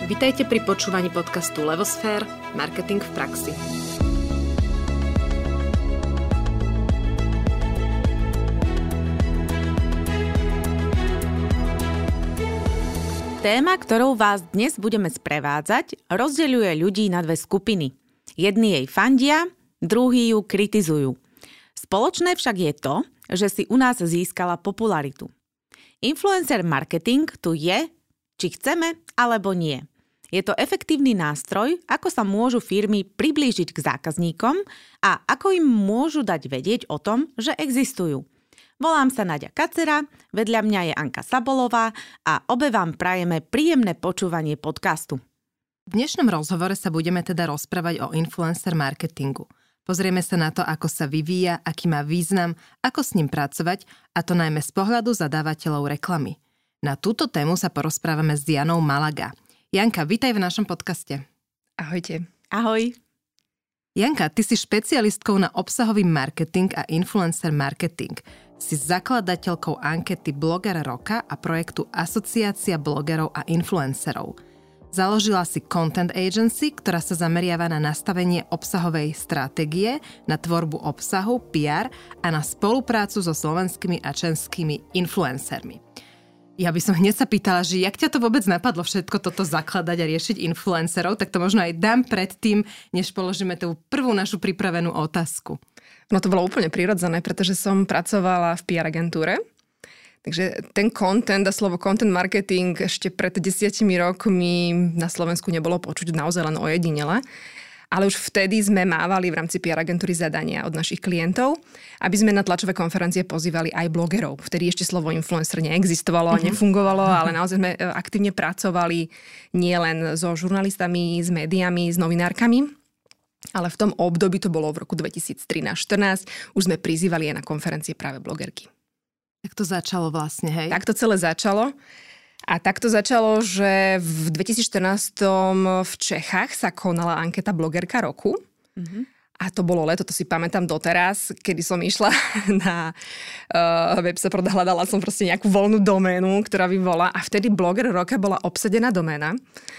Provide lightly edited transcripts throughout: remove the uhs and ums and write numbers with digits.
Vitajte pri počúvaní podcastu Levosfér – Marketing v praxi. Téma, ktorou vás dnes budeme sprevádzať, rozdeľuje ľudí na dve skupiny. Jedni jej fandia, druhí ju kritizujú. Spoločné však je to, že si u nás získala popularitu. Influencer marketing tu je, či chceme, alebo nie. Je to efektívny nástroj, ako sa môžu firmy priblížiť k zákazníkom a ako im môžu dať vedieť o tom, že existujú. Volám sa Naďa Kacera, vedľa mňa je Anka Sabolová a obe vám prajeme príjemné počúvanie podcastu. V dnešnom rozhovore sa budeme teda rozprávať o influencer marketingu. Pozrieme sa na to, ako sa vyvíja, aký má význam, ako s ním pracovať, a to najmä z pohľadu zadávateľov reklamy. Na túto tému sa porozprávame s Janou Malaga. Janka, vitaj v našom podcaste. Ahojte. Ahoj. Janka, ty si špecialistkou na obsahový marketing a influencer marketing. Si zakladateľkou ankety Blogera roka a projektu Asociácia blogerov a influencerov. Založila si content agency, ktorá sa zameriava na nastavenie obsahovej stratégie, na tvorbu obsahu, PR a na spoluprácu so slovenskými a českými influencermi. Ja by som hneď sa pýtala, že jak ťa to vôbec napadlo všetko toto zakladať a riešiť influencerov, tak to možno aj dám predtým, než položíme tú prvú našu pripravenú otázku. No to bolo úplne prirodzené, pretože som pracovala v PR agentúre. Takže ten content a slovo content marketing ešte pred 10 rokmi na Slovensku nebolo počuť naozaj len ojedinele. Ale už vtedy sme mávali v rámci PR agentúry zadania od našich klientov, aby sme na tlačové konferencie pozývali aj blogerov. Vtedy ešte slovo influencer neexistovalo a nefungovalo, ale naozaj sme aktívne pracovali nielen so žurnalistami, s médiami, s novinárkami, ale v tom období, to bolo v roku 2013-14, už sme prizývali aj na konferencie práve blogerky. Tak to začalo vlastne, hej? Tak to celé začalo. A takto začalo, že v 2014 v Čechách sa konala anketa Blogerka roku. Mm-hmm. A to bolo leto, to si pamätám doteraz, kedy som išla na Websepro, hľadala som proste nejakú voľnú doménu, ktorá by bola. A vtedy Bloger roka bola obsadená doména.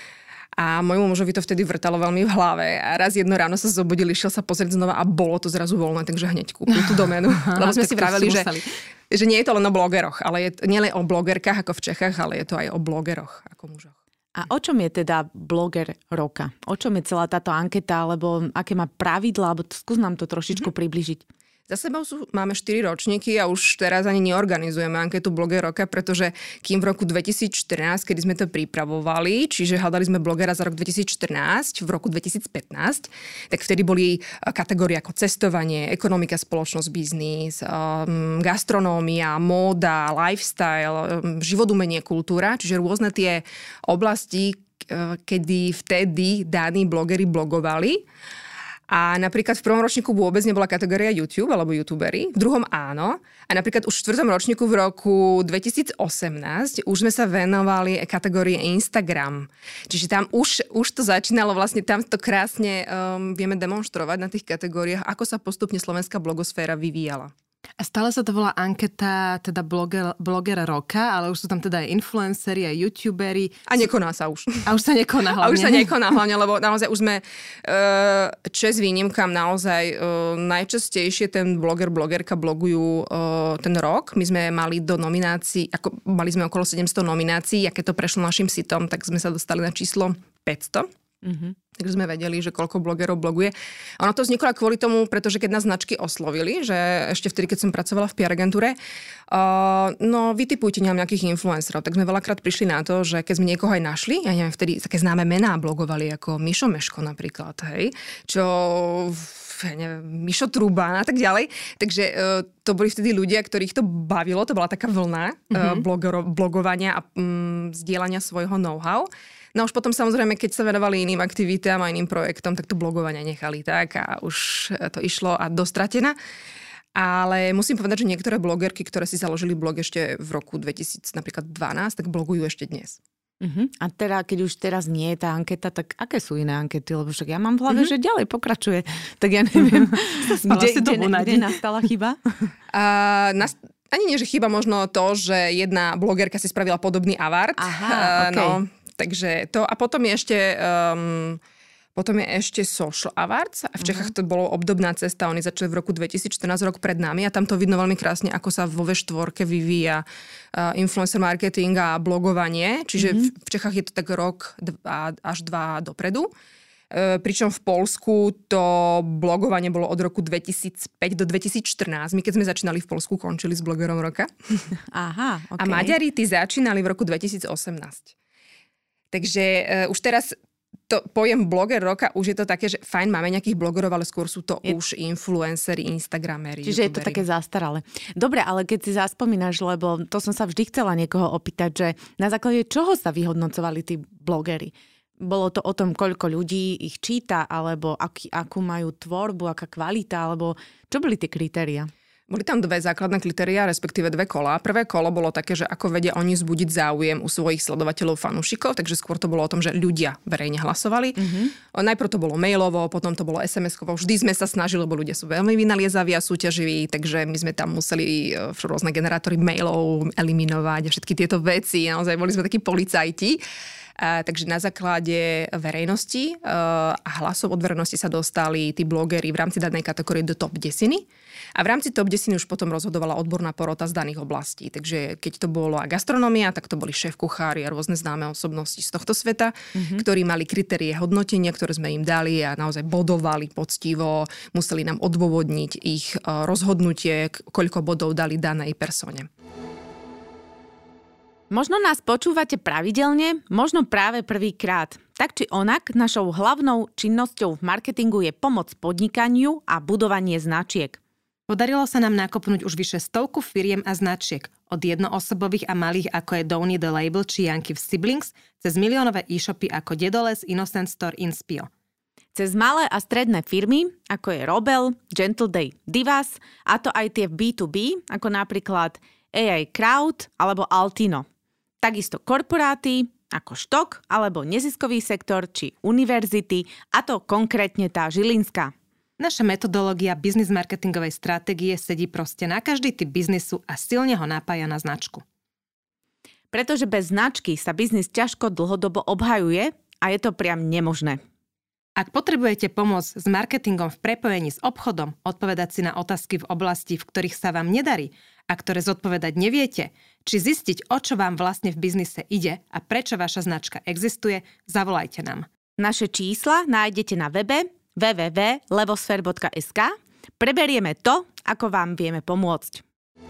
A môjmu mužovi to vtedy vrtalo veľmi v hlave. A raz jedno ráno sa zobudil, išiel sa pozrieť znova a bolo to zrazu voľné, takže hneď kúpil tú doménu. Lebo sme si vraveli, že nie je to len o blogeroch, ale je nie len o blogerkách ako v Čechách, ale je to aj o blogeroch ako mužoch. A o čom je teda Bloger roka? O čom je celá táto anketa, alebo aké má pravidlá, alebo skús nám to trošičku približiť. Za sebou máme 4 ročníky a už teraz ani neorganizujeme anketu Bloger roka, pretože kým v roku 2014, kedy sme to pripravovali, čiže hľadali sme blogera za rok 2014, v roku 2015, tak vtedy boli kategórie ako cestovanie, ekonomika, spoločnosť, biznis, gastronómia, móda, lifestyle, život, umenie, kultúra, čiže rôzne tie oblasti, kedy vtedy daní blogeri blogovali. A napríklad v prvom ročníku vôbec nebola kategória YouTube alebo youtuberi, v druhom áno. A napríklad už v štvrtom ročníku v roku 2018 už sme sa venovali kategórii Instagram. Čiže tam už to začínalo, vlastne tam to krásne vieme demonštrovať na tých kategóriách, ako sa postupne slovenská blogosféra vyvíjala. A stále sa to volá anketa teda bloger roka, ale už sú tam teda aj influenceri, aj youtuberi. A nekoná sa už. A už sa nekoná hlavne. A už sa nekoná hlavne, lebo naozaj už sme čest výnimkám naozaj najčastejšie ten blogerka blogujú ten rok. My sme mali do nominácií, mali sme okolo 700 nominácií, a keď to prešlo našim sitom, tak sme sa dostali na číslo 500. Mm-hmm. Takže sme vedeli, že koľko blogerov bloguje. Ono to vzniklo kvôli tomu, pretože keď nás značky oslovili, že ešte vtedy, keď som pracovala v PR agentúre, vytipujte nejakých influencerov. Tak sme veľakrát prišli na to, že keď sme niekoho aj našli, ja neviem, vtedy také známe mená blogovali, ako Mišo Meško napríklad, hej, čo... Mišo Trubán a tak ďalej. Takže to boli vtedy ľudia, ktorých to bavilo, to bola taká vlna blogovania a zdieľania svojho know-how. No už potom samozrejme, keď sa venovali iným aktivitám a iným projektom, tak to blogovania nechali tak a už to išlo a dostratená. Ale musím povedať, že niektoré blogerky, ktoré si založili blog ešte v roku 2012, tak blogujú ešte dnes. A teda, keď už teraz nie je tá anketa, tak aké sú iné ankety? Lebo však ja mám v hlave, že ďalej pokračuje. Tak ja neviem, kde nastala chyba? Ani nie, že chyba možno to, že jedna blogerka si spravila podobný avart. Aha, okay. Takže to, a potom je ešte Social Awards a v Čechách to bolo obdobná cesta. Oni začali v roku 2014, rok pred nami a tam to vidno veľmi krásne, ako sa vo V4 vyvíja influencer marketing a blogovanie. Čiže v Čechách je to tak rok až 2 dopredu. Pričom v Poľsku to blogovanie bolo od roku 2005 do 2014. My keď sme začínali v Poľsku, končili s blogerom roka. Aha, okay. A Maďari tí začínali v roku 2018. Takže už teraz to pojem bloger roka, už je to také, že fajn, máme nejakých blogerov, ale skôr sú to už influenceri, instagrameri, čiže youtuberi. Je to také zastaralé. Dobre, ale keď si zaspomínaš, lebo to som sa vždy chcela niekoho opýtať, že na základe čoho sa vyhodnocovali tí blogeri? Bolo to o tom, koľko ľudí ich číta, alebo akú majú tvorbu, aká kvalita, alebo čo boli tie kritériá? Boli tam 2 základné kritériá, respektíve 2 kola. Prvé kolo bolo také, že ako vedia oni vzbudiť záujem u svojich sledovateľov, fanúšikov, takže skôr to bolo o tom, že ľudia verejne hlasovali. Najprv to bolo mailovo, potom to bolo SMS-kovo. Vždy sme sa snažili, lebo ľudia sú veľmi vynaliezaví a súťaživí, takže my sme tam museli rôzne generátory mailov eliminovať a všetky tieto veci. Naozaj boli sme takí policajti. Takže na základe verejnosti a hlasov od verejnosti sa dostali tí blogeri v rámci danej kategórie do top 10. A v rámci top 10 už potom rozhodovala odborná porota z daných oblastí. Takže keď to bola gastronomia, tak to boli šéf-kuchári a rôzne známe osobnosti z tohto sveta, ktorí mali kritérie hodnotenia, ktoré sme im dali a naozaj bodovali poctivo, museli nám odôvodniť ich rozhodnutie, koľko bodov dali danej persone. Možno nás počúvate pravidelne, možno práve prvýkrát. Tak či onak, našou hlavnou činnosťou v marketingu je pomoc podnikaniu a budovanie značiek. Podarilo sa nám nakopnúť už vyše 100 firiem a značiek, od jednoosobových a malých ako je Downy The Label či Janky v Siblings, cez miliónové e-shopy ako Dedoles, Innocent Store, Inspio. Cez malé a stredné firmy, ako je Robel, Gentle Day, Divas, a to aj tie v B2B, ako napríklad AI Crowd alebo Altino. Takisto korporáty, ako Štok, alebo neziskový sektor, či univerzity, a to konkrétne tá Žilinská. Naša metodológia biznis marketingovej stratégie sedí proste na každý typ biznisu a silne ho napája na značku. Pretože bez značky sa biznis ťažko dlhodobo obhajuje a je to priam nemožné. Ak potrebujete pomôcť s marketingom v prepojení s obchodom, odpovedať si na otázky v oblasti, v ktorých sa vám nedarí a ktoré zodpovedať neviete, či zistiť, o čo vám vlastne v biznise ide a prečo vaša značka existuje, zavolajte nám. Naše čísla nájdete na webe www.levosfere.sk. Preberieme to, ako vám vieme pomôcť.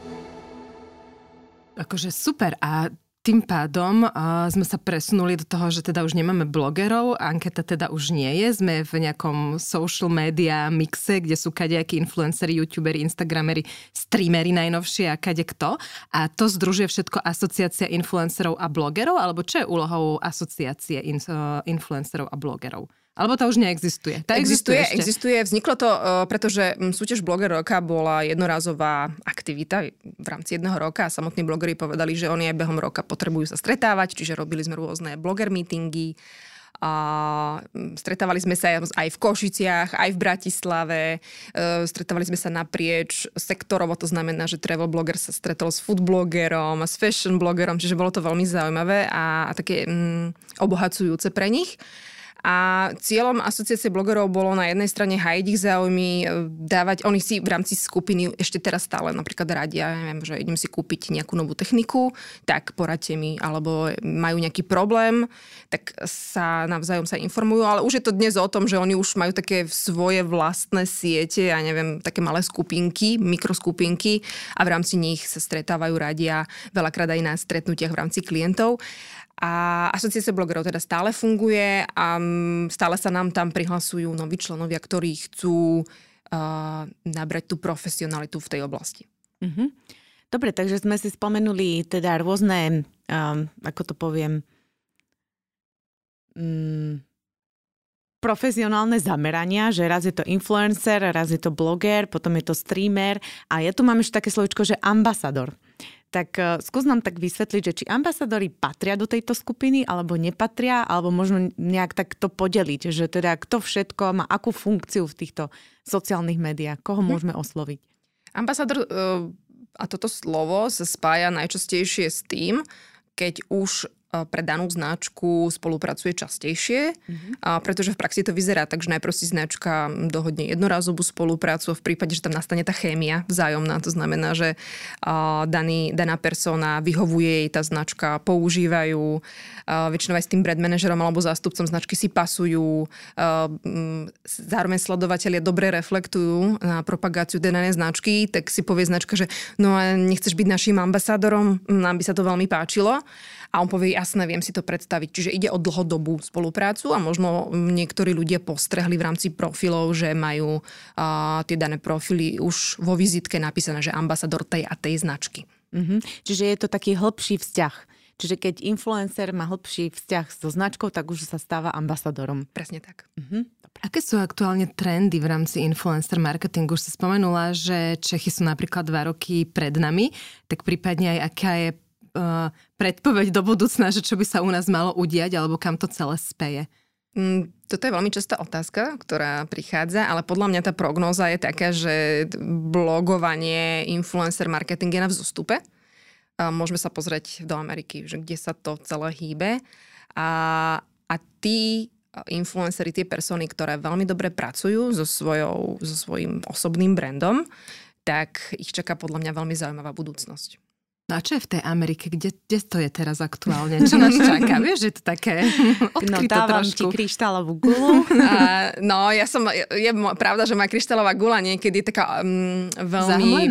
Akože super. A tým pádom sme sa presunuli do toho, že teda už nemáme blogerov, anketa teda už nie je, sme v nejakom social media mixe, kde sú kadejakí influenceri, youtuberi, instagrameri, streameri najnovšie a kade kto. A to združuje všetko asociácia influencerov a blogerov, alebo čo je úlohou asociácie influencerov a blogerov? Alebo to už neexistuje? Existuje. Vzniklo to, pretože súťaž Bloger roka bola jednorázová aktivita v rámci jedného roka a samotní blogeri povedali, že oni aj behom roka potrebujú sa stretávať, čiže robili sme rôzne blogger meetingy a stretávali sme sa aj v Košiciach, aj v Bratislave, stretávali sme sa naprieč sektorovo, to znamená, že travel blogger sa stretol s food blogerom a s fashion blogerom, čiže bolo to veľmi zaujímavé a také obohacujúce pre nich. A cieľom asociácie blogerov bolo na jednej strane hajiť ich záujmy, dávať, oni si v rámci skupiny ešte teraz stále napríklad radia, neviem, že idem si kúpiť nejakú novú techniku, tak poradte mi, alebo majú nejaký problém, tak sa navzájom sa informujú, ale už je to dnes o tom, že oni už majú také svoje vlastné siete, ja neviem, také malé skupinky, mikroskupinky a v rámci nich sa stretávajú, radia, veľakrát aj na stretnutiach v rámci klientov. A asociácia blogerov teda stále funguje a stále sa nám tam prihlasujú noví členovia, ktorí chcú nabrať tú profesionalitu v tej oblasti. Dobre, takže sme si spomenuli teda rôzne, ako to poviem, profesionálne zamerania, že raz je to influencer, raz je to bloger, potom je to streamer a ja tu mám ešte také slovičko, že ambasador. Tak skús nám tak vysvetliť, že či ambasadori patria do tejto skupiny, alebo nepatria, alebo možno nejak tak to podeliť, že teda kto všetko má akú funkciu v týchto sociálnych médiách, koho môžeme osloviť. Ambasador, a toto slovo sa spája najčastejšie s tým, keď už pre danú značku spolupracuje častejšie, pretože v praxi to vyzerá tak, že najprv si značka dohodne jednorazovú spoluprácu, v prípade, že tam nastane tá chémia vzájomná, to znamená, že daná persona vyhovuje jej, tá značka, používajú, väčšinou aj s tým brand manažerom alebo zástupcom značky si pasujú, zároveň sledovatelia dobre reflektujú na propagáciu danej značky, tak si povie značka, že no a nechceš byť našim ambasádorom, nám by sa to veľmi páčilo. A on povie, jasné, viem si to predstaviť. Čiže ide o dlhodobú spoluprácu a možno niektorí ľudia postrehli v rámci profilov, že majú tie dané profily už vo vizitke napísané, že ambasador tej a tej značky. Čiže je to taký hĺbší vzťah. Čiže keď influencer má hĺbší vzťah so značkou, tak už sa stáva ambasadorom. Presne tak. Aké sú aktuálne trendy v rámci influencer marketingu? Už si spomenula, že Čechy sú napríklad 2 roky pred nami, tak prípadne aj aká je predpoveď do budúcna, že čo by sa u nás malo udiať, alebo kam to celé speje? Toto je veľmi častá otázka, ktorá prichádza, ale podľa mňa tá prognóza je taká, že blogovanie, influencer marketing je na vzostupe. Môžeme sa pozrieť do Ameriky, že kde sa to celé hýbe. A tí influenceri, tie persony, ktoré veľmi dobre pracujú so svojím osobným brandom, tak ich čaká podľa mňa veľmi zaujímavá budúcnosť. No a čo je v tej Amerike? Kde to je teraz aktuálne? Čo nás čaká? Vieš, že to také odkryto dávam trošku. ti kryštálovú gulu. Je pravda, že moja kryštálová gula niekedy je taká veľmi...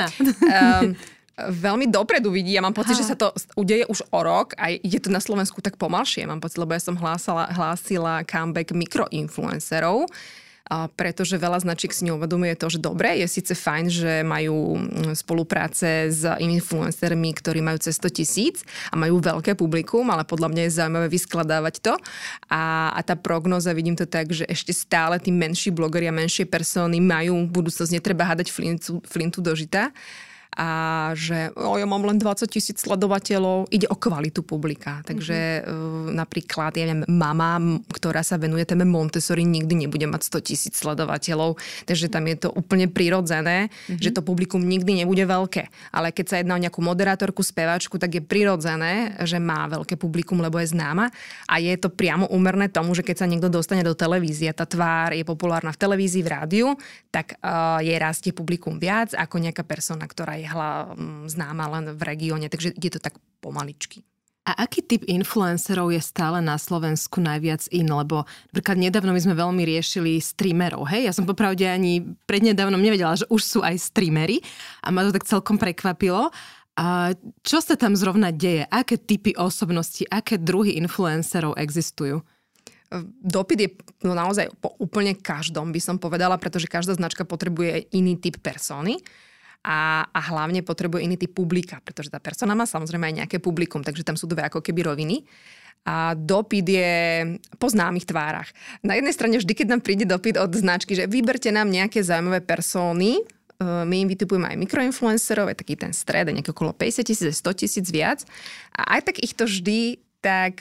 veľmi dopredu vidí. Ja mám pocit, že sa to udeje už o rok a ide to na Slovensku tak pomalšie. Mám pocit, lebo ja som hlásila comeback mikroinfluencerov, pretože veľa značiek si neuvedomuje to, že dobre, je síce fajn, že majú spolupráce s influencermi, ktorí majú cez 100 000 a majú veľké publikum, ale podľa mňa je zaujímavé vyskladávať to. A tá prognóza, vidím to tak, že ešte stále tí menší blogeri a menšie persony majú budúcnosť, netreba hádať flintu do žita. A že ja mám len 20 000 sledovateľov, ide o kvalitu publika. Takže napríklad, ja neviem, mama, ktorá sa venuje téme Montessori, nikdy nebude mať 100 000 sledovateľov. Takže tam je to úplne prirodzené, že to publikum nikdy nebude veľké. Ale keď sa jedná o nejakú moderátorku, speváčku, tak je prirodzené, že má veľké publikum, lebo je známa. A je to priamo úmerné tomu, že keď sa niekto dostane do televízie, tá tvár je populárna v televízii, v rádiu, tak jej rastie publikum viac ako nejaká persona, ktorá je známa len v regióne, takže je to tak pomaličky. A aký typ influencerov je stále na Slovensku najviac in? Lebo napríklad nedávno my sme veľmi riešili streamerov, hej? Ja som popravde ani prednedávnom nevedela, že už sú aj streamery a ma to tak celkom prekvapilo. A čo sa tam zrovna deje? Aké typy osobností, aké druhy influencerov existujú? Dopyt je naozaj po úplne každom, by som povedala, pretože každá značka potrebuje iný typ persony. A hlavne potrebuje iný typ publika, pretože tá persona má samozrejme aj nejaké publikum, takže tam sú 2 ako keby roviny. A dopyt je po známych tvárach. Na jednej strane vždy, keď nám príde dopyt od značky, že vyberte nám nejaké zaujímavé persony, my im vytipujeme aj mikroinfluencerov, je taký ten stred, nejaké okolo 50 000, 100 000 viac. A aj tak ich to vždy tak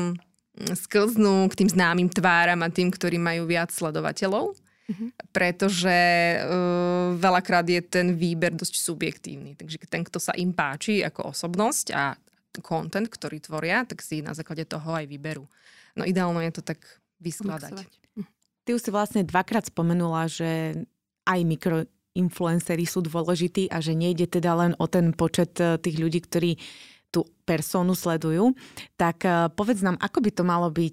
sklznú k tým známym tváram a tým, ktorí majú viac sledovateľov. Pretože veľakrát je ten výber dosť subjektívny. Takže ten, kto sa im páči ako osobnosť a content, ktorý tvoria, tak si na základe toho aj vyberú. No ideálne je to tak vyskladať. Ty už si vlastne 2-krát spomenula, že aj mikroinfluenceri sú dôležití a že nejde teda len o ten počet tých ľudí, ktorí tú personu sledujú. Tak povedz nám, ako by to malo byť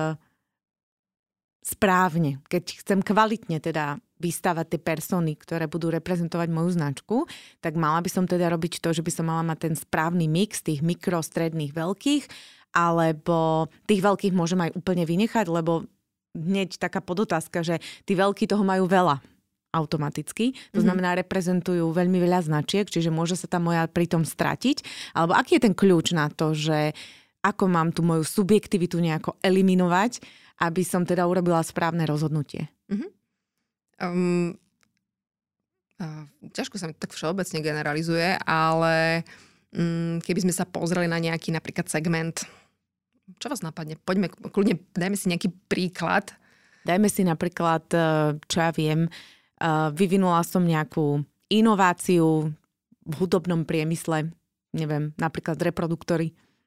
správne, keď chcem kvalitne teda vystavať tie persony, ktoré budú reprezentovať moju značku, tak mala by som teda robiť to, že by som mala mať ten správny mix tých mikro, stredných, veľkých, alebo tých veľkých môžem aj úplne vynechať, lebo hneď taká podotázka, že tí veľkí toho majú veľa automaticky. To znamená, reprezentujú veľmi veľa značiek, čiže môže sa tá moja pritom stratiť. Alebo aký je ten kľúč na to, že ako mám tú moju subjektivitu nejako eliminovať, aby som teda urobila správne rozhodnutie. Ťažko sa mi tak všeobecne generalizuje, ale keby sme sa pozreli na nejaký napríklad segment, čo vás napadne? Poďme, kľudne, dajme si nejaký príklad. Dajme si napríklad, čo ja viem, vyvinula som nejakú inováciu v hudobnom priemysle, neviem, napríklad reproduktory.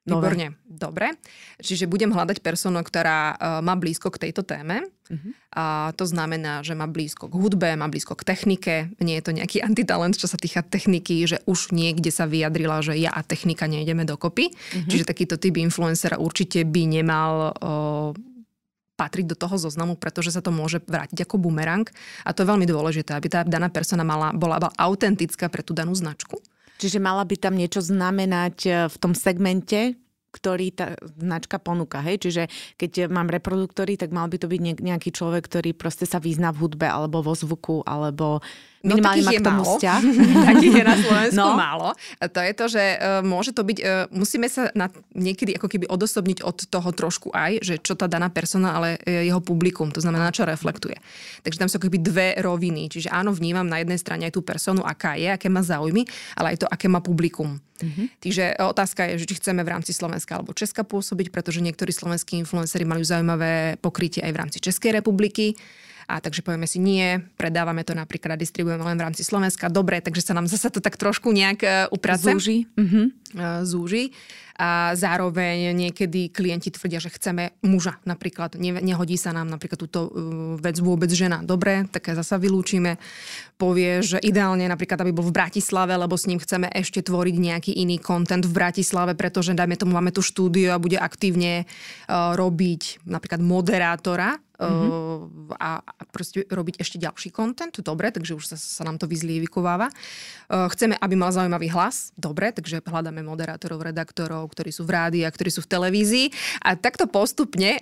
Výborne. Dobre. Čiže budem hľadať personu, ktorá má blízko k tejto téme. A to znamená, že má blízko k hudbe, má blízko k technike. Nie je to nejaký antitalent, čo sa týka techniky, že už niekde sa vyjadrila, že ja a technika nejdeme dokopy. Čiže takýto typ influencera určite by nemal patriť do toho zoznamu, pretože sa to môže vrátiť ako bumerang. A to je veľmi dôležité, aby tá daná persona bola autentická pre tú danú značku. Čiže mala by tam niečo znamenať v tom segmente, ktorý tá značka ponúka, hej? Čiže keď mám reproduktory, tak mal by to byť nejaký človek, ktorý proste sa vyzná v hudbe, alebo vo zvuku, alebo minimálne má k tomu vzťah. Takých je na Slovensku málo. To je to, že môže to byť, musíme sa niekedy ako keby odosobniť od toho trošku aj, že čo tá daná persona, ale jeho publikum, to znamená, čo reflektuje. Takže tam sú ako keby dve roviny. Čiže áno, vnímam na jednej strane aj tú personu, aká je, aké má záujmy, ale aj to, aké má publikum. Takže otázka je, že či chceme v rámci Slovenska alebo Česka pôsobiť, pretože niektorí slovenskí influenceri majú zaujímavé pokrytie aj v rámci Českej republiky. A takže povieme si nie, predávame to napríklad a distribuujeme len v rámci Slovenska. Dobre, takže sa nám zase to tak trošku nejak uprace. Zúži. A zároveň niekedy klienti tvrdia, že chceme muža napríklad. Nehodí sa nám napríklad túto vec vôbec žena. Dobre, tak zasa vylúčime. Povie, že ideálne napríklad, aby bol v Bratislave, lebo s ním chceme ešte tvoriť nejaký iný content v Bratislave, pretože dajme tomu, máme tu štúdio a bude aktívne robiť napríklad moderátora a proste robiť ešte ďalší content. Dobre, takže už sa nám to vyzlievikováva. Chceme, aby mal zaujímavý hlas. Dobre, takže hľadáme moderátorov, redaktorov, ktorí sú v rádii a ktorí sú v televízii. A takto postupne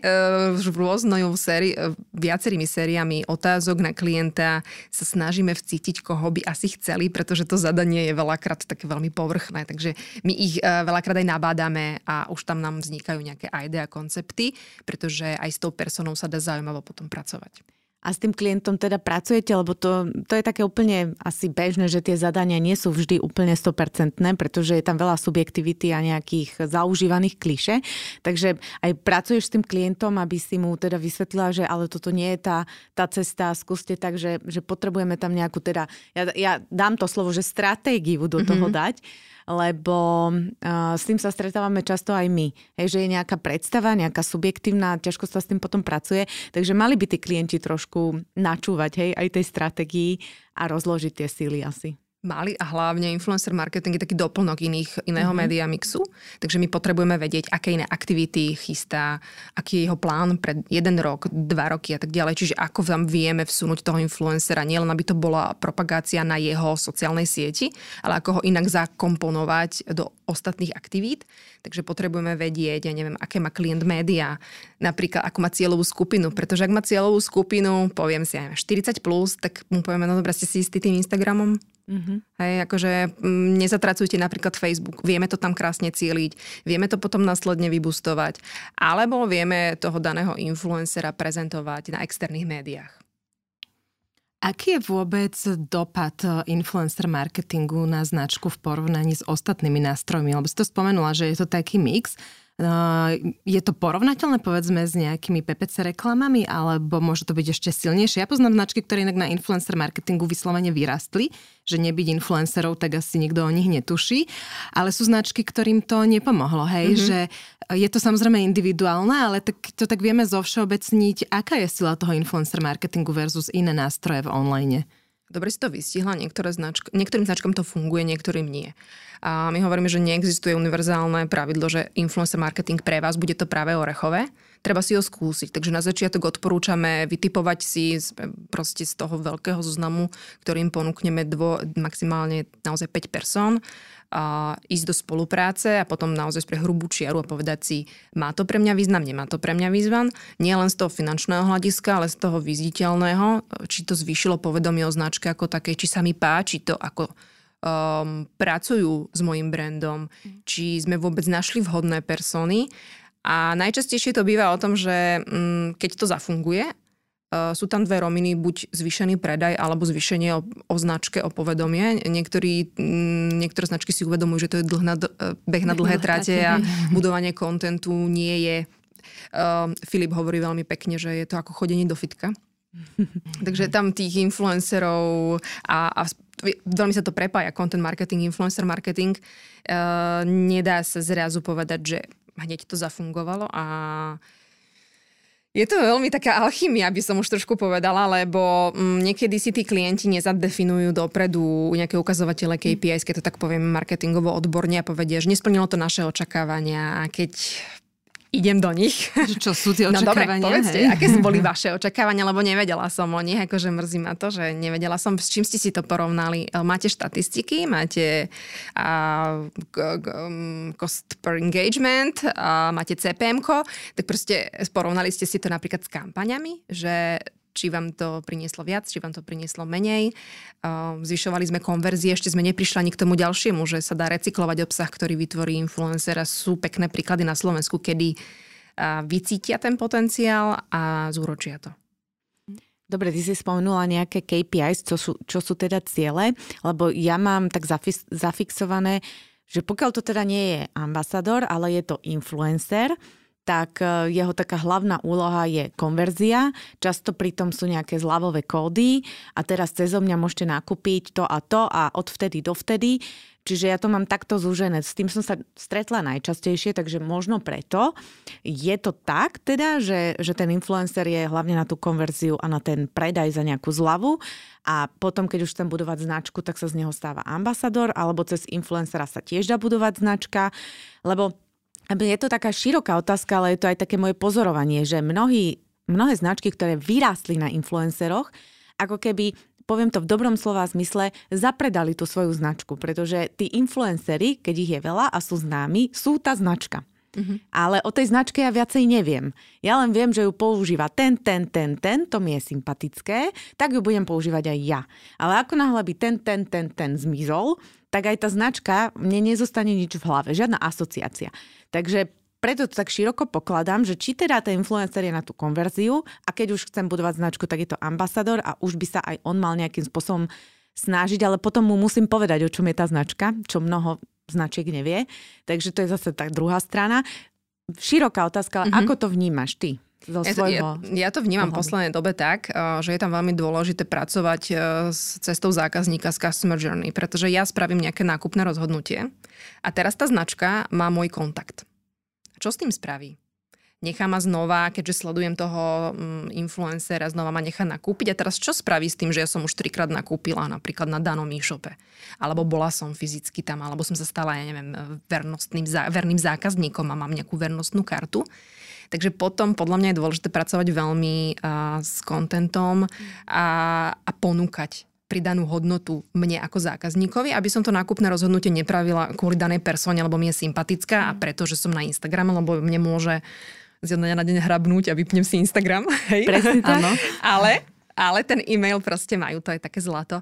viacerými sériami otázok na klienta sa snažíme vcítiť, koho by asi chceli, pretože to zadanie je veľakrát také veľmi povrchné. Takže my ich veľakrát aj nabádame a už tam nám vznikajú nejaké idea, koncepty, pretože aj s tou personou sa dá zaujímavo potom pracovať. A s tým klientom teda pracujete, lebo to je také úplne asi bežné, že tie zadania nie sú vždy úplne 100%, pretože je tam veľa subjektivity a nejakých zaužívaných klišé. Takže aj pracuješ s tým klientom, aby si mu teda vysvetlila, že ale toto nie je tá cesta, skúste tak, že potrebujeme tam nejakú teda, ja dám to slovo, že stratégiu do toho dať, lebo s tým sa stretávame často aj my. Že je nejaká predstava, nejaká subjektívna, ťažko sa s tým potom pracuje, takže mali by tí klienti trošku načúvať aj tej stratégii a rozložiť tie síly asi. Mali a hlavne influencer marketing je taký doplnok iného media mixu, takže my potrebujeme vedieť, aké iné aktivity chystá, aký je jeho plán pre 1 rok, 2 roky a tak ďalej. Čiže ako vám vieme vsunúť toho influencera, nielen aby to bola propagácia na jeho sociálnej sieti, ale ako ho inak zakomponovať do ostatných aktivít. Takže potrebujeme vedieť, ja neviem, aké má klient média, napríklad ako má cieľovú skupinu, pretože ak má cieľovú skupinu, poviem si aj 40+, tak mu povieme, no dobre, ste si istí tým Instagramom? Hej, akože nezatracujte napríklad Facebook, vieme to tam krásne cieliť, vieme to potom následne vybustovať, alebo vieme toho daného influencera prezentovať na externých médiách. Aký je vôbec dopad influencer marketingu na značku v porovnaní s ostatnými nástrojmi? Lebo si to spomenula, že je to taký mix. Je to porovnateľné, povedzme, s nejakými PPC reklamami, alebo môže to byť ešte silnejšie? Ja poznám značky, ktoré inak na influencer marketingu vyslovene vyrastli, že nebyť influencerov, tak asi nikto o nich netuší, ale sú značky, ktorým to nepomohlo, hej, že je to samozrejme individuálne, ale to tak vieme zovšeobecniť, aká je sila toho influencer marketingu versus iné nástroje v online. Dobre si to vystihla, niektorým značkám to funguje, niektorým nie. A my hovoríme, že neexistuje univerzálne pravidlo, že influencer marketing pre vás bude to práve orechové. Treba si ho skúsiť. Takže na začiatok odporúčame vytipovať si proste z toho veľkého zoznamu, ktorým ponúkneme maximálne naozaj 5 persón, a ísť do spolupráce a potom naozaj pre hrubú čiaru a povedať si, má to pre mňa význam, nemá to pre mňa význam. Nie len z toho finančného hľadiska, ale z toho viditeľného, či to zvýšilo povedomie o značke ako také, či sa mi páči to, ako pracujú s mojím brandom, či sme vôbec našli vhodné persony. A najčastejšie to býva o tom, že keď to zafunguje, sú tam dve roviny, buď zvýšený predaj alebo zvýšenie o značke, o povedomie. Niektoré značky si uvedomujú, že to je beh na dlhé trate a budovanie kontentu nie je. Filip hovorí veľmi pekne, že je to ako chodenie do fitka. Takže tam tých influencerov a veľmi sa to prepája, content marketing, influencer marketing. Nedá sa zrazu povedať, že hneď to zafungovalo a je to veľmi taká alchymia, by som už trošku povedala, lebo niekedy si tí klienti nezadefinujú dopredu nejaké ukazovatele KPIs, keď to tak poviem marketingovo odborne a povedia, že nesplnilo to naše očakávania a keď idem do nich. Čo sú tie očakávania? No dobre, povedzte, aké sú boli vaše očakávania, lebo nevedela som o nich, akože mrzí ma to, že nevedela som, s čím ste si to porovnali. Máte štatistiky, máte cost per engagement, máte CPM-ko, tak proste porovnali ste si to napríklad s kampaňami, že či vám to prinieslo viac, či vám to prinieslo menej. Zvyšovali sme konverzie, ešte sme neprišli ani k tomu ďalšiemu, že sa dá recyklovať obsah, ktorý vytvorí influencer a sú pekné príklady na Slovensku, kedy vycítia ten potenciál a zúročia to. Dobre, ty si spomenula nejaké KPIs, čo sú teda ciele, lebo ja mám tak zafixované, že pokiaľ to teda nie je ambasador, ale je to influencer, tak jeho taká hlavná úloha je konverzia. Často pritom sú nejaké zľavové kódy a teraz cezo mňa môžete nakúpiť to a od vtedy do vtedy. Čiže ja to mám takto zúžené. S tým som sa stretla najčastejšie, takže možno preto je to tak teda, že ten influencer je hlavne na tú konverziu a na ten predaj za nejakú zľavu a potom, keď už chcem budovať značku, tak sa z neho stáva ambasador alebo cez influencera sa tiež dá budovať značka, lebo je to taká široká otázka, ale je to aj také moje pozorovanie, že mnohé značky, ktoré vyrástli na influenceroch, ako keby, poviem to v dobrom slova zmysle, zapredali tú svoju značku, pretože tí influenceri, keď ich je veľa a sú známi, sú tá značka. Ale o tej značke ja viacej neviem. Ja len viem, že ju používa ten, to mi je sympatické, tak ju budem používať aj ja. Ale ako náhle by ten zmizol, tak aj tá značka, mne nezostane nič v hlave, žiadna asociácia. Takže preto to tak široko pokladám, že či teda ten influencer je na tú konverziu a keď už chcem budovať značku, tak je to ambasador a už by sa aj on mal nejakým spôsobom snažiť, ale potom mu musím povedať, o čom je tá značka, čo mnoho značiek nevie. Takže to je zase tá druhá strana. Široká otázka, ale ako to vnímaš ty? Ja to vnímam v poslednej dobe tak, že je tam veľmi dôležité pracovať s cestou zákazníka, s customer journey, pretože ja spravím nejaké nákupné rozhodnutie a teraz tá značka má môj kontakt. Čo s tým spraví? Nechá ma znova, keďže sledujem toho influencera, znova ma nechá nakúpiť a teraz čo spraví s tým, že ja som už 3-krát nakúpila napríklad na danom e-shope? Alebo bola som fyzicky tam, alebo som sa stala, ja neviem, verným zákazníkom a mám nejakú vernostnú kartu. Takže potom podľa mňa je dôležité pracovať veľmi s contentom a ponúkať pridanú hodnotu mne ako zákazníkovi, aby som to nákupné rozhodnutie nepravila kvôli danej persone, lebo mi je sympatická a preto, že som na Instagrame, lebo mne môže z jedného dňa na deň hrabnúť a vypnem si Instagram. Hej? Presne tak. Ale ten e-mail proste majú, to je také zlato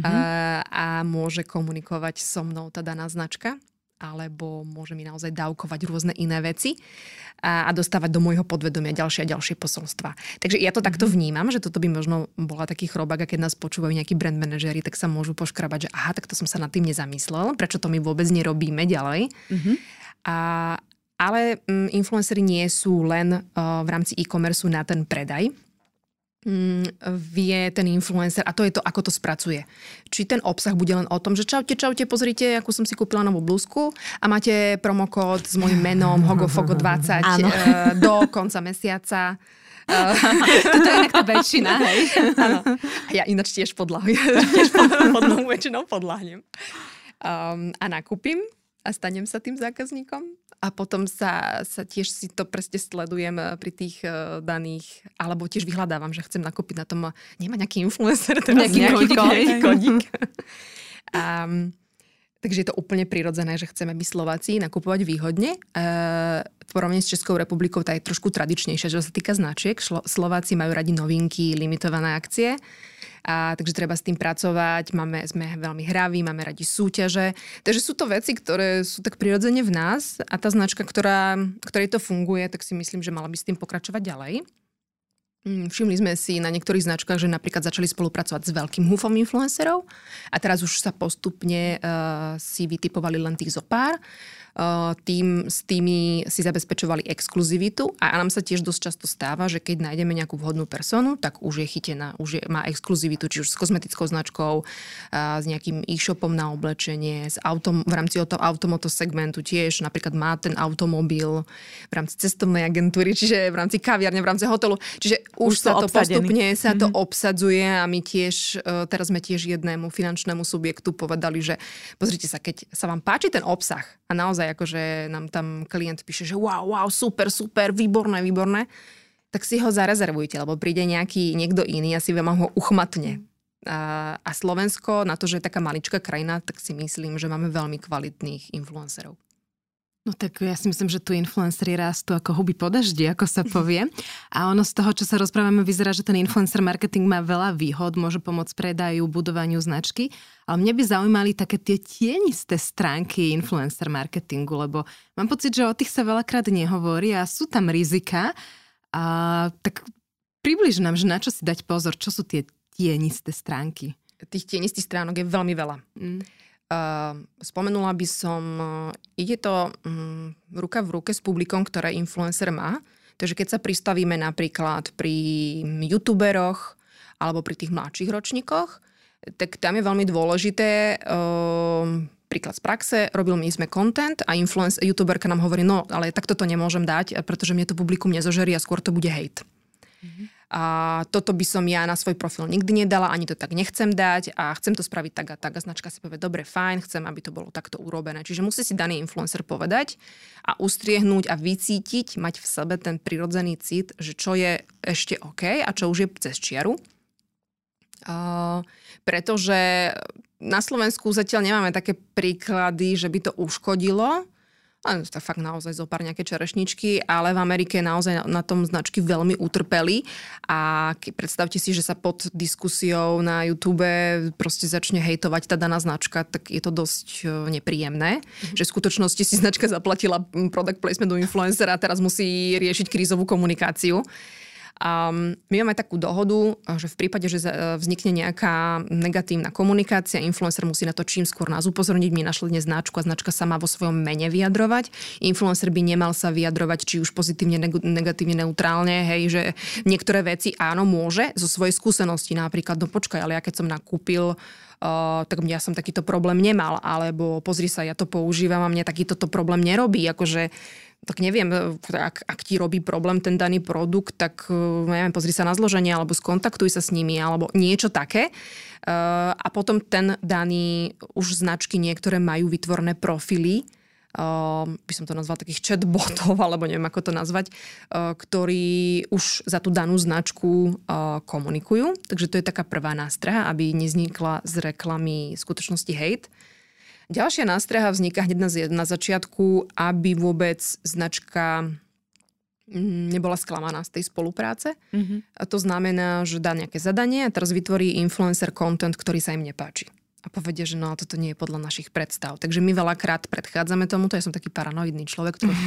a môže komunikovať so mnou tá daná značka alebo môže mi naozaj dávkovať rôzne iné veci a dostávať do môjho podvedomia ďalšie a ďalšie posolstva. Takže ja to takto vnímam, že toto by možno bola taký chrobák, a keď nás počúvajú nejakí brand manažéri, tak sa môžu poškrabať, že aha, tak to som sa nad tým nezamyslel, prečo to my vôbec nerobíme ďalej. Ale influenceri nie sú len v rámci e-commerce na ten predaj. Vie ten influencer, a to je to, ako to spracuje. Či ten obsah bude len o tom, že čaute, pozrite, akú som si kúpila novú blúzku a máte promokód s mojím menom HogoFogo20 do konca mesiaca. Toto je inak tá väčšina, hej? Áno. A ja ináč tiež podľahu väčšinou podľahnem. A nakúpim a stanem sa tým zákazníkom. A potom sa tiež si to presne sledujem pri tých daných, alebo tiež vyhľadávam, že chcem nakúpiť na tom, nemá nejaký influencer, teraz nejaký kodík. Takže je to úplne prirodzené, že chceme my Slováci nakupovať výhodne. V porovnaní s Českou republikou tá je trošku tradičnejšia, že sa týka značiek. Slováci majú radi novinky, limitované akcie. Takže treba s tým pracovať, sme veľmi hraví, máme radi súťaže. Takže sú to veci, ktoré sú tak prirodzene v nás a tá značka, ktorej to funguje, tak si myslím, že mala by s tým pokračovať ďalej. Všimli sme si na niektorých značkách, že napríklad začali spolupracovať s veľkým húfom influencerov a teraz už sa postupne si vytipovali len tých zopár. S tými si zabezpečovali exkluzivitu a nám sa tiež dosť často stáva, že keď nájdeme nejakú vhodnú personu, tak už je chytená, má exkluzivitu, či už s kozmetickou značkou, s nejakým e-shopom na oblečenie, v rámci automoto segmentu tiež, napríklad má ten automobil v rámci cestovnej agentúry, čiže v rámci kaviarne, v rámci hotelu. Čiže už sa to postupne to obsadzuje a my tiež, teraz sme tiež jednému finančnému subjektu povedali, že pozrite sa, keď sa vám páči ten obsah a naozaj akože nám tam klient píše, že wow, super, výborné, tak si ho zarezervujte, lebo príde niekto iný a si vám ho uchmatne. A Slovensko, na to, že je taká maličká krajina, tak si myslím, že máme veľmi kvalitných influencerov. No tak ja si myslím, že tu influenceri rastú ako huby po daždi, ako sa povie. A ono z toho, čo sa rozprávame, vyzerá, že ten influencer marketing má veľa výhod, môže pomôcť predaju, budovaniu značky. Ale mne by zaujímali také tie tienisté stránky influencer marketingu, lebo mám pocit, že o tých sa veľakrát nehovorí a sú tam rizika. A tak približ nám, že na čo si dať pozor, čo sú tie tienisté stránky? Tých tienistých stránok je veľmi veľa. Spomenula by som, ide to ruka v ruke s publikom, ktoré influencer má. Takže keď sa pristavíme napríklad pri youtuberoch alebo pri tých mladších ročníkoch, tak tam je veľmi dôležité, príklad z praxe, robili sme content a youtuberka nám hovorí, no ale takto to nemôžem dať, pretože mne to publikum nezožerí a skôr to bude hejt. A toto by som ja na svoj profil nikdy nedala, ani to tak nechcem dať a chcem to spraviť tak a tak. A značka si povie, dobre, fajn, chcem, aby to bolo takto urobené. Čiže musí si daný influencer povedať a ustriehnúť a vycítiť, mať v sebe ten prirodzený cit, že čo je ešte OK a čo už je cez čiaru. Pretože na Slovensku zatiaľ nemáme také príklady, že by to uškodilo. Len tak fakt naozaj zopár nejaké čerešničky, ale v Amerike naozaj na tom značky veľmi utrpeli a predstavte si, že sa pod diskusiou na YouTube proste začne hejtovať tá daná značka, tak je to dosť nepríjemné, že v skutočnosti si značka zaplatila product placement do influencera a teraz musí riešiť krízovú komunikáciu. My máme takú dohodu, že v prípade, že vznikne nejaká negatívna komunikácia, influencer musí na to čím skôr nás upozorniť, my našli dnes značku a značka sa má vo svojom mene vyjadrovať. Influencer by nemal sa vyjadrovať či už pozitívne, negatívne, neutrálne, hej, že niektoré veci áno môže zo svojej skúsenosti, napríklad, no počkaj, ale ja keď som nakúpil tak ja som takýto problém nemal, alebo pozri sa, ja to používam a mne takýto problém nerobí, akože tak neviem, ak ti robí problém ten daný produkt, tak neviem, pozri sa na zloženie, alebo skontaktuj sa s nimi, alebo niečo také. A potom ten daný, už značky niektoré majú vytvorené profily, by som to nazval takých chatbotov, alebo neviem, ako to nazvať, ktorí už za tú danú značku komunikujú. Takže to je taká prvá nástraha, aby nevznikla z reklamy v skutočnosti hejt. Ďalšia nástraha vzniká hneď na začiatku, aby vôbec značka nebola sklamaná z tej spolupráce. A to znamená, že dá nejaké zadanie a teraz vytvorí influencer content, ktorý sa im nepáči. A povedia, že no, toto nie je podľa našich predstav. Takže my veľakrát predchádzame tomuto. Ja som taký paranoidný človek trošku.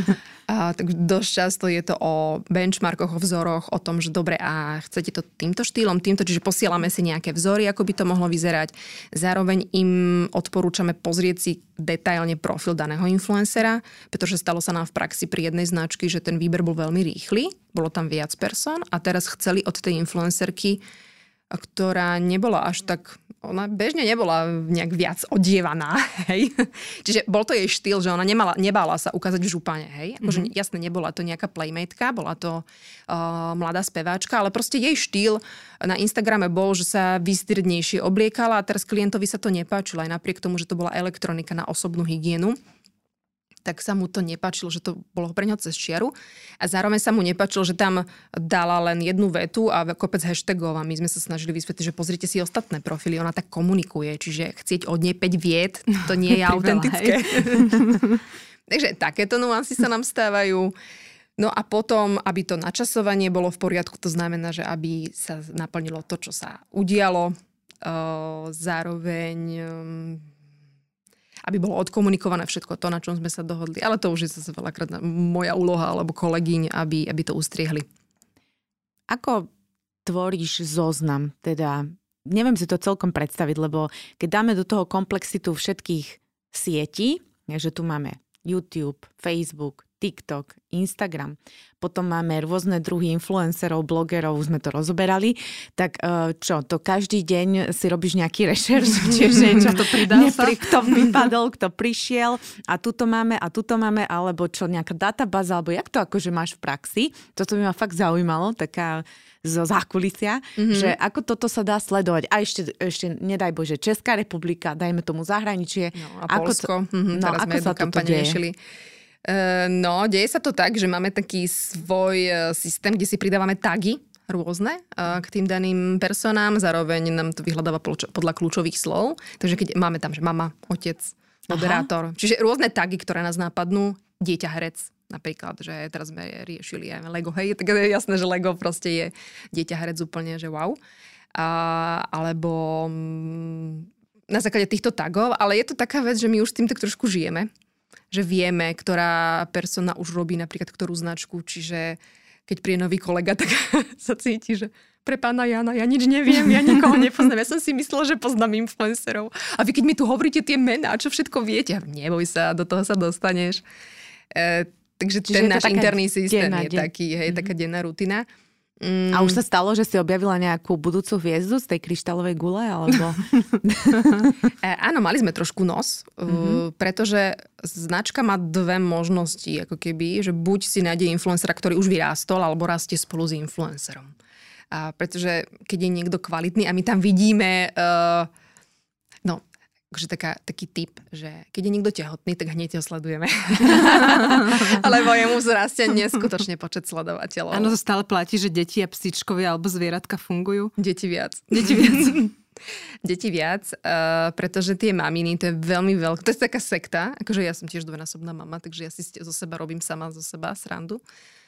Tak dosť často je to o benchmarkoch, o vzoroch, o tom, že dobre, a chcete to týmto štýlom, čiže posielame si nejaké vzory, ako by to mohlo vyzerať. Zároveň im odporúčame pozrieť si detailne profil daného influencera, pretože stalo sa nám v praxi pri jednej značky, že ten výber bol veľmi rýchly, bolo tam viac person a teraz chceli od tej influencerky, ktorá nebola až tak, ona bežne nebola nejak viac odievaná, hej. Čiže bol to jej štýl, že ona nebála sa ukázať v župane, hej. Akože jasne, nebola to nejaká playmatetka, bola to mladá speváčka, ale proste jej štýl na Instagrame bol, že sa výstrednejšie obliekala a teraz klientovi sa to nepáčilo, aj napriek tomu, že to bola elektronika na osobnú hygienu. Tak sa mu to nepáčilo, že to bolo pre ňa cez čiaru. A zároveň sa mu nepáčilo, že tam dala len jednu vetu a kopec hashtagov a my sme sa snažili vysvetliť, že pozrite si ostatné profily, ona tak komunikuje, čiže chcieť od nej 5 vied, to nie je autentické. Takže takéto nuancy sa nám stávajú. No a potom, aby to načasovanie bolo v poriadku, to znamená, že aby sa naplnilo to, čo sa udialo. Zároveň aby bolo odkomunikované všetko to, na čom sme sa dohodli. Ale to už je zase veľakrát moja úloha alebo kolegyň, aby to ustriehli. ako tvoríš zoznam? Teda neviem si to celkom predstaviť, lebo keď dáme do toho komplexitu všetkých sietí, že tu máme YouTube, Facebook, TikTok, Instagram, potom máme rôzne druhy influencerov, blogerov, už sme to rozoberali, tak čo, to každý deň si robíš nejaký rešerš, čiže čo, kto vypadol, kto prišiel a tuto máme, alebo čo, nejaká databáza, alebo jak to akože máš v praxi, toto by ma fakt zaujímalo, taká zo zákulisia, že ako toto sa dá sledovať. A ešte nedaj Bože, Česká republika, dajme tomu zahraničie. No a Poľsko, teraz sme jednu kampaň riešili. No, deje sa to tak, že máme taký svoj systém, kde si pridávame tagy rôzne k tým daným personám, zároveň nám to vyhľadáva podľa kľúčových slov. Takže keď máme tam, že mama, otec, moderátor. Čiže rôzne tagy, ktoré nás nápadnú, dieťa herec napríklad, že teraz sme riešili aj Lego, hej, tak je jasné, že Lego proste je dieťa herec úplne, že wow. Alebo na základe týchto tagov, ale je to taká vec, že my už s tým tak trošku žijeme. Že vieme, ktorá persona už robí napríklad ktorú značku, čiže keď príde nový kolega, tak sa cíti, že pre pána Jana, ja nič neviem, ja nikoho nepoznám. Ja som si myslela, že poznám influencerov. A vy keď mi tu hovoríte tie mená, čo všetko viete, neboj sa, do toho sa dostaneš. Takže ten náš interný systém je taký, hej, taká denná rutina. A už sa stalo, že si objavila nejakú budúcu hviezdu z tej kryštálovej gule? Alebo... Áno, mali sme trošku nos, pretože značka má dve možnosti, ako keby, že buď si nájde influencera, ktorý už vyrástol, alebo rastie spolu s influencerom. Pretože keď je niekto kvalitný a my tam vidíme... Takže taký tip, že keď je niekto tehotný, tak hneď ho sledujeme. Lebo jemu zrastie neskutočne počet sledovateľov. Áno, to stále platí, že deti a psíčkovia alebo zvieratka fungujú. Deti viac. Deti viac, pretože tie maminy, to je veľmi veľké. To je taká sekta, akože ja som tiež dvojnásobná mama, takže ja si zo seba robím sama zo seba srandu.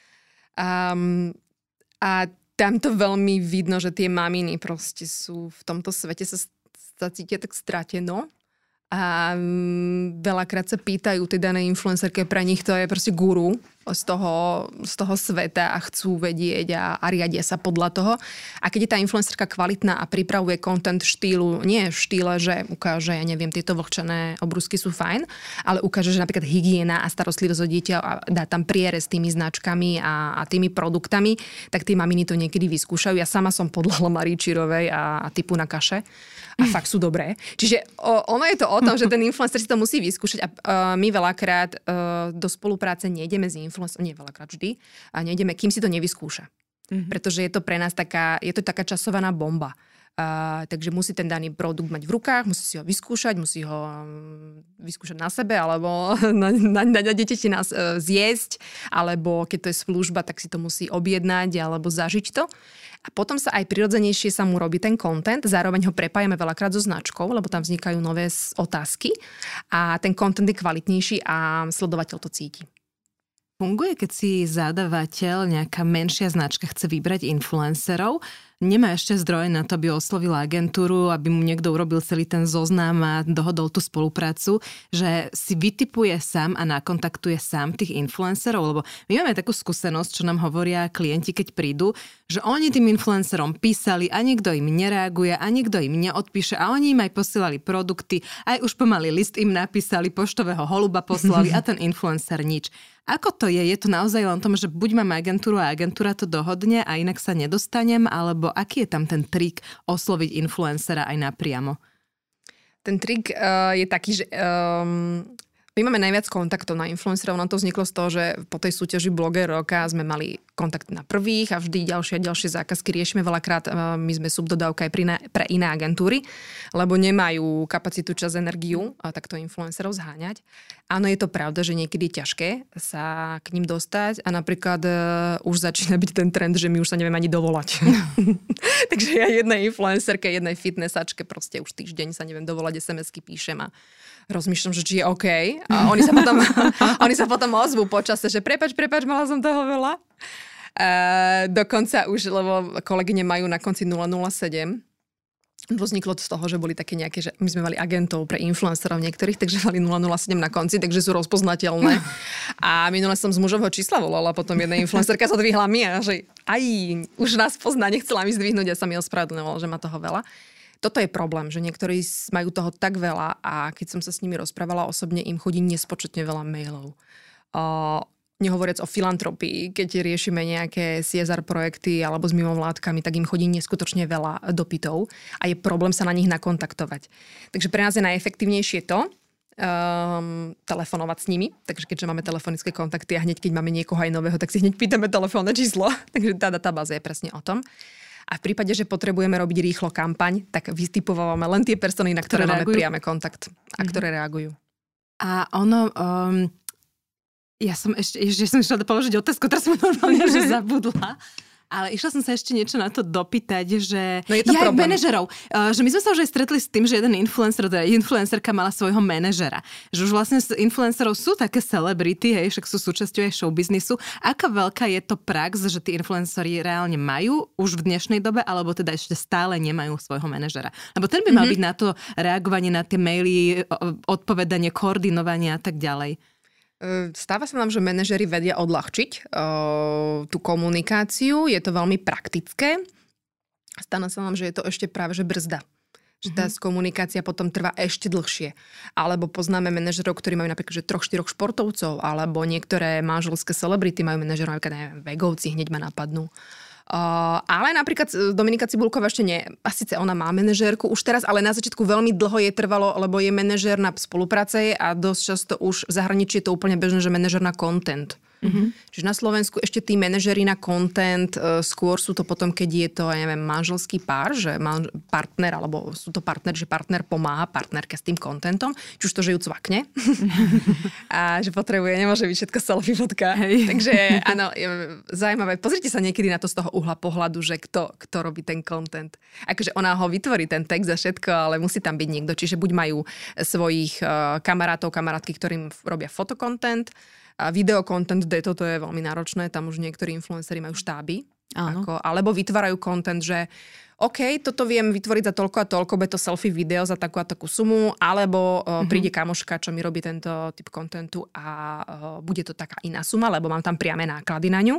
A tam to veľmi vidno, že tie maminy proste sú v tomto svete sa cítia tak strateno a veľakrát sa pýtajú tej danej influencerke, pre nich to je proste guru z toho sveta a chcú vedieť a riadia sa podľa toho. A keď je tá influencerka kvalitná a pripravuje content štýlu, nie v štýle, že ukáže, ja neviem, tieto vlhčené obrúsky sú fajn, ale ukáže, že napríklad hygiena a starostlivosť o dieťa a dá tam prierez tými značkami a tými produktami, tak tí maminy to niekedy vyskúšajú. Ja sama som podľahla Marii Čírovej a typu na kaše a fakt sú dobré. Čiže ono je to o tom, že ten influencer si to musí vyskúšať a my veľakrát do spolupráce nejdeme s influencerom, nie veľakrát vždy, a nejdeme, kým si to nevyskúša. Pretože je to pre nás taká časovaná bomba. Takže musí ten daný produkt mať v rukách, musí si ho vyskúšať, musí ho vyskúšať na sebe, alebo na dieťati nás zjesť, alebo keď to je služba, tak si to musí objednať, alebo zažiť to. A potom sa aj prirodzenejšie sa mu robí ten content, zároveň ho prepájame veľakrát so značkou, lebo tam vznikajú nové otázky a ten content je kvalitnejší a sledovateľ to cíti. Funguje, keď si zadávateľ, nejaká menšia značka chce vybrať influencerov, nemá ešte zdroje na to, aby oslovila agentúru, aby mu niekto urobil celý ten zoznam a dohodol tú spoluprácu, že si vytipuje sám a nakontaktuje sám tých influencerov, lebo my máme takú skúsenosť, čo nám hovoria klienti, keď prídu, že oni tým influencerom písali a nikto im nereaguje a nikto im neodpíše a oni im aj posielali produkty, aj už pomaly list im napísali, poštového holuba poslali a ten influencer nič. Ako to je? Je to naozaj len tom, že buď mám agentúru a agentúra to dohodne a inak sa nedostanem, alebo aký je tam ten trik osloviť influencera aj napriamo? Ten trik je taký, že my máme najviac kontaktov na influencerov. Nám to vzniklo z toho, že po tej súťaži Bloger roka sme mali kontakt na prvých a vždy ďalšie zákazky riešime. Veľakrát my sme subdodávka aj pre iné agentúry, lebo nemajú kapacitu, čas, energiu takto influencerov zháňať. Áno, je to pravda, že niekedy je ťažké sa k ním dostať a napríklad už začína byť ten trend, že my už sa nevieme ani dovolať. Takže ja jednej influencerke, jednej fitnessačke proste už týždeň sa neviem dovolať, SMS-ky píšem a rozmýšľam, že či je OK. A oni sa potom ozvú počase, že prepáč, mala som toho veľa. Dokonca už, lebo kolegyne majú na konci 007, Vzniklo to z toho, že boli také nejaké, že my sme mali agentov pre influencerov niektorých, takže mali 007 na konci, takže sú rozpoznateľné. A minule som z mužovho čísla volala, potom jedna influencerka sa dvihla mi a že aj už nás pozná, nechcela mi zdvihnúť, ja sa mi ospravedlňovala, že má toho veľa. Toto je problém, že niektorí majú toho tak veľa a keď som sa s nimi rozprávala osobne, im chodí nespočetne veľa mailov. Nehovoriac o filantropii, keď riešime nejaké CSR projekty alebo s mimovládkami, tak im chodí neskutočne veľa dopytov a je problém sa na nich nakontaktovať. Takže pre nás je najefektívnejšie to, telefonovať s nimi. Takže keďže máme telefonické kontakty a hneď keď máme niekoho aj nového, tak si hneď pýtame telefónne číslo. Takže tá databáza je presne o tom. A v prípade, že potrebujeme robiť rýchlo kampaň, tak vystipovávame len tie persony, na ktoré máme priame kontakt a ktoré reagujú. A ono... Ja som išla položiť otázku, teraz som normálne že zabudla. Ale išla som sa ešte niečo na to dopýtať, že... No je to problém. Manažerov. Že my sme sa už aj stretli s tým, že jeden influencerka mala svojho manažera. Že už vlastne influencerov sú také celebrity, hej, však sú súčasťou aj showbiznisu. Aká veľká je to prax, že tí influenceri reálne majú už v dnešnej dobe, alebo teda ešte stále nemajú svojho manažera? Lebo ten by mal byť na to reagovanie na tie maily, odpovedanie, koordinovanie a tak ďalej. Stáva sa nám, že manažeri vedia odľahčiť tú komunikáciu, je to veľmi praktické. Stáva sa nám, že je to ešte práve že brzda. Že tá komunikácia potom trvá ešte dlhšie. Alebo poznáme manažerov, ktorí majú napríklad 3-4 športovcov, alebo niektoré manželské celebrity majú manažerov, napríklad neviem, Vegovci hneď ma napadnú. Ale napríklad Dominika Cibulková ešte nie. A síce ona má manažérku už teraz, ale na začiatku veľmi dlho jej trvalo, lebo je manažér na spolupráce a dosť často už v zahraničí je to úplne bežné, že manažér na content. Čiže na Slovensku ešte tí manažeri na content, skôr sú to potom, keď je to, ja neviem, manželský pár, že partner, alebo sú to partner, že partner pomáha partnerke s tým contentom, či už to, že ju cvakne. A že potrebuje, nemôže byť všetko selfie fotka. Takže áno, zaujímavé. Pozrite sa niekedy na to z toho uhla pohľadu, že kto robí ten content. Akože ona ho vytvorí, ten text a všetko, ale musí tam byť niekto. Čiže buď majú svojich kamarátov, kamarátky, ktorým robia fotokontent, a videokontent, toto je veľmi náročné, tam už niektorí influenceri majú štáby, alebo vytvárajú content, že OK, toto viem vytvoriť za toľko a toľko, bude to selfie video za takú a takú sumu, alebo príde kamoška, čo mi robí tento typ kontentu a bude to taká iná suma, lebo mám tam priame náklady na ňu.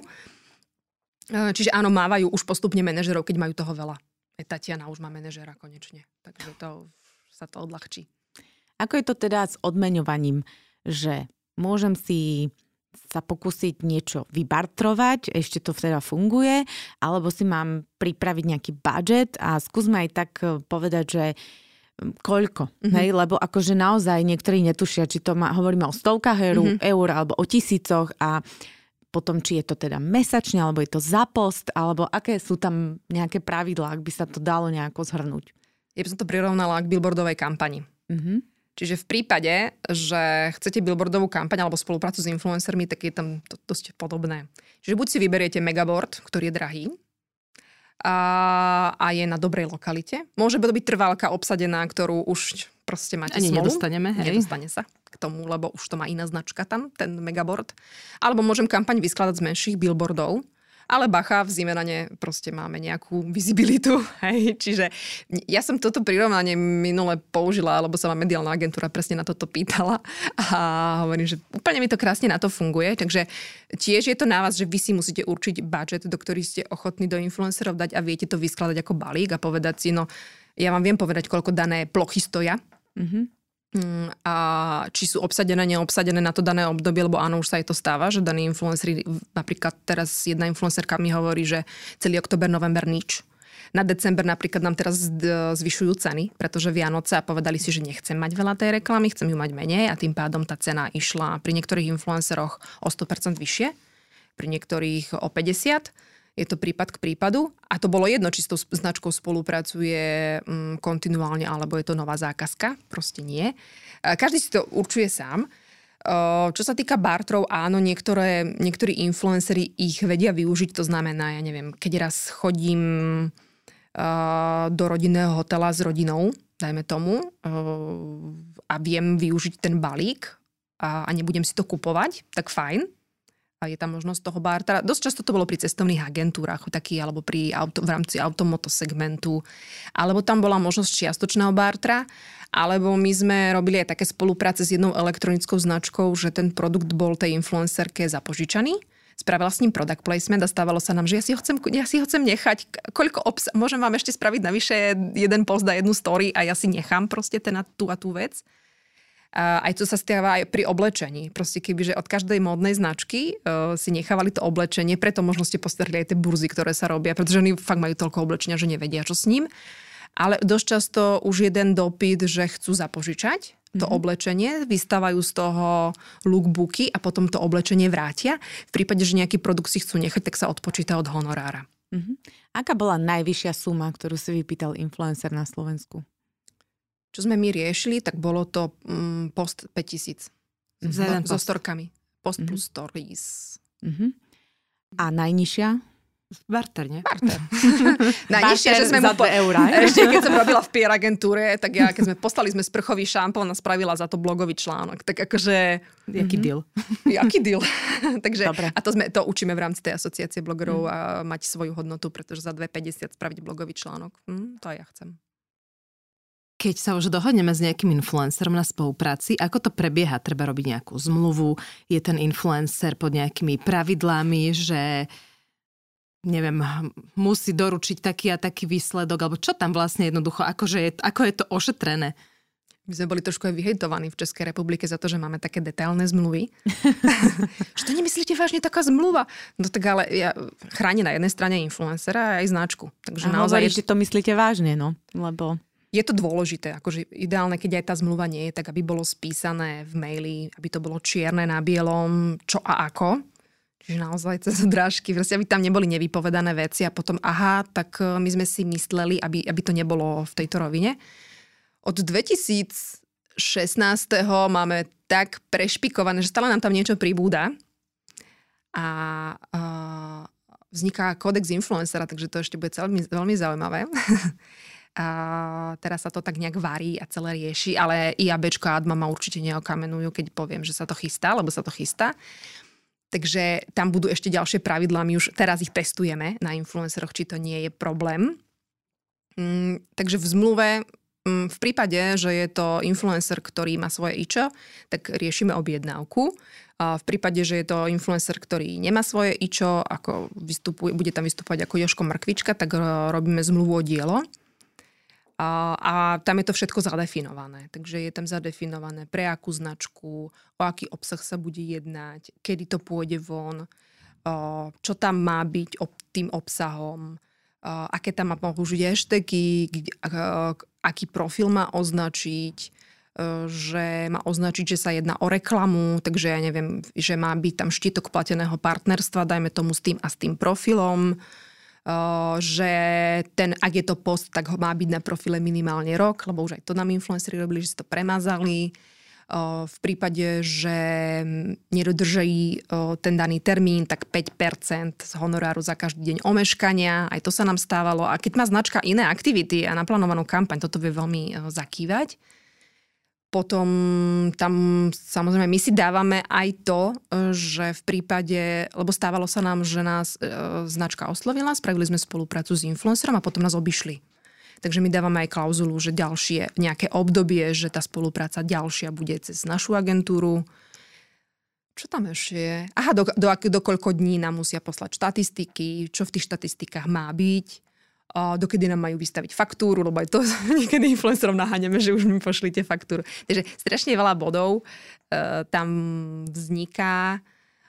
Čiže áno, mávajú už postupne manažerov, keď majú toho veľa. Tatiana už má manažera konečne, takže sa to odľahčí. Ako je to teda s odmeňovaním, že môžem si sa pokúsiť niečo vybartrovať, ešte to teda funguje, alebo si mám pripraviť nejaký budget a skúsme aj tak povedať, že koľko, hej? Lebo akože naozaj niektorí netušia, či to hovoríme o stovkách eur alebo o tisícoch a potom, či je to teda mesačne, alebo je to za post, alebo aké sú tam nejaké pravidlá, ak by sa to dalo nejako zhrnúť. Ja by som to prirovnala k billboardovej kampani. Čiže v prípade, že chcete billboardovú kampaň alebo spoluprácu s influencermi, tak je tam to dosť podobné. Čiže buď si vyberiete megaboard, ktorý je drahý a je na dobrej lokalite. Môže to byť trválka obsadená, ktorú už proste máte smolu. Nedostaneme, hej. Nedostane sa k tomu, lebo už to má iná značka tam, ten megaboard. Alebo môžem kampaň vyskladať z menších billboardov. Ale bacha, v zime na ne proste máme nejakú vizibilitu. Hej. Čiže ja som toto prirovnanie minule použila, lebo sa ma mediálna agentúra presne na toto pýtala. A hovorím, že úplne mi to krásne na to funguje. Takže tiež je to na vás, že vy si musíte určiť budget, do ktorých ste ochotní do influencerov dať a viete to vyskladať ako balík a povedať si, no ja vám viem povedať, koľko dané plochy stoja. A či sú obsadené, neobsadené na to dané obdobie, lebo áno, už sa aj to stáva, že daní influenceri, napríklad teraz jedna influencerka mi hovorí, že celý október, november nič. Na december napríklad nám teraz zvyšujú ceny, pretože Vianoce a povedali si, že nechcem mať veľa tej reklamy, chcem ju mať menej a tým pádom tá cena išla pri niektorých influenceroch o 100% vyššie, pri niektorých o 50%. Je to prípad k prípadu a to bolo jedno, či s tou značkou spolupracuje kontinuálne, alebo je to nová zákazka. Proste nie. Každý si to určuje sám. Čo sa týka bartrov, áno, niektorí influenceri ich vedia využiť, to znamená, ja neviem, keď raz chodím do rodinného hotela s rodinou, dajme tomu, a viem využiť ten balík a nebudem si to kupovať, tak fajn. a je tam možnosť toho bartera. Dosť často to bolo pri cestovných agentúrach, alebo v rámci automotosegmentu, alebo tam bola možnosť čiastočného bartera, alebo my sme robili aj také spolupráce s jednou elektronickou značkou, že ten produkt bol tej influencerke zapožičaný. Spravila s ním product placement a stávalo sa nám, že ja si ho chcem nechať. Môžem vám ešte spraviť navyše jeden post a jednu story a ja si nechám proste tú a tú vec. Aj to sa stáva aj pri oblečení. Proste kebyže od každej módnej značky si nechávali to oblečenie, preto možno ste postrhli aj tie burzy, ktoré sa robia, pretože oni fakt majú toľko oblečenia, že nevedia, čo s ním. Ale dosť často už jeden dopyt, že chcú zapožičať to oblečenie, vystávajú z toho lookbooky a potom to oblečenie vrátia. V prípade, že nejaký produkt si chcú nechať, tak sa odpočíta od honorára. Aká bola najvyššia suma, ktorú si vypýtal influencer na Slovensku? Čo sme my riešili, tak bolo to post 5000 so storkami. Post plus stories. A najnižšia? Barter, nie? Barter. Najnižšie, že sme za 2 eurá. Ešte keď som robila v PR agentúre, tak keď sme poslali sprchový šampón a spravila za to blogový článok. Tak akože... Jaký deal? Jaký deal? Takže, dobre. a to učíme v rámci tej asociácie blogerov a mať svoju hodnotu, pretože za 2,50 spraviť blogový článok. To aj ja chcem. Keď sa už dohodneme s nejakým influencerom na spolupráci, ako to prebieha? Treba robiť nejakú zmluvu? Je ten influencer pod nejakými pravidlami, že neviem, musí doručiť taký a taký výsledok? Alebo čo tam vlastne jednoducho? Ako je to ošetrené? My sme boli trošku aj vyhejtovaní v Českej republike za to, že máme také detailné zmluvy. Že to nemyslíte vážne taká zmluva? No tak ale chráni na jednej strane influencera a aj značku. Takže a naozaj, že to myslíte vážne, no? Lebo... Je to dôležité, akože ideálne, keď aj tá zmluva nie je, tak aby bolo spísané v maili, aby to bolo čierne na bielom, čo a ako. Čiže naozaj cez drážky, aby tam neboli nevypovedané veci a potom tak my sme si mysleli, aby to nebolo v tejto rovine. Od 2016. máme tak prešpikované, že stále nám tam niečo pribúda a vzniká kódex influencera, takže to ešte bude veľmi zaujímavé. A teraz sa to tak nejak varí a celé rieši, ale IABčko a ADMA ma určite neokamenujú, keď poviem, že sa to chystá, lebo sa to chystá. Takže tam budú ešte ďalšie pravidlá, my už teraz ich testujeme na influenceroch, či to nie je problém. Takže v zmluve, v prípade, že je to influencer, ktorý má svoje IČO, tak riešime objednávku. A v prípade, že je to influencer, ktorý nemá svoje IČO, bude tam vystupovať ako Jožko Mrkvička, tak robíme zmluvu o dielo. A tam je to všetko zadefinované. Takže je tam zadefinované, pre akú značku, o aký obsah sa bude jednať, kedy to pôjde von, čo tam má byť tým obsahom, aké tam má použiť hashtagy, aký profil má označiť, že má označiť, že sa jedná o reklamu, takže ja neviem, že má byť tam štítok plateného partnerstva, dajme tomu s tým a s tým profilom, že ak je to post, tak ho má byť na profile minimálne rok, lebo už aj to nám influenceri robili, že si to premazali. V prípade, že nedodržají ten daný termín, tak 5% z honoráru za každý deň omeškania. Aj to sa nám stávalo. A keď má značka iné aktivity a naplánovanú kampaň, toto vie veľmi zakývať. Potom tam samozrejme my si dávame aj to, že v prípade, lebo stávalo sa nám, že nás značka oslovila, spravili sme spoluprácu s influencerom a potom nás obišli. Takže my dávame aj klauzulu, že ďalšie nejaké obdobie, že tá spolupráca ďalšia bude cez našu agentúru. Čo tam ešte je? Aha, do koľko dní nám musia poslať štatistiky, čo v tých štatistikách má byť. Dokedy nám majú vystaviť faktúru, lebo aj to niekedy influencerom naháňame, že už mi pošlite faktúru. Takže strašne veľa bodov tam vzniká.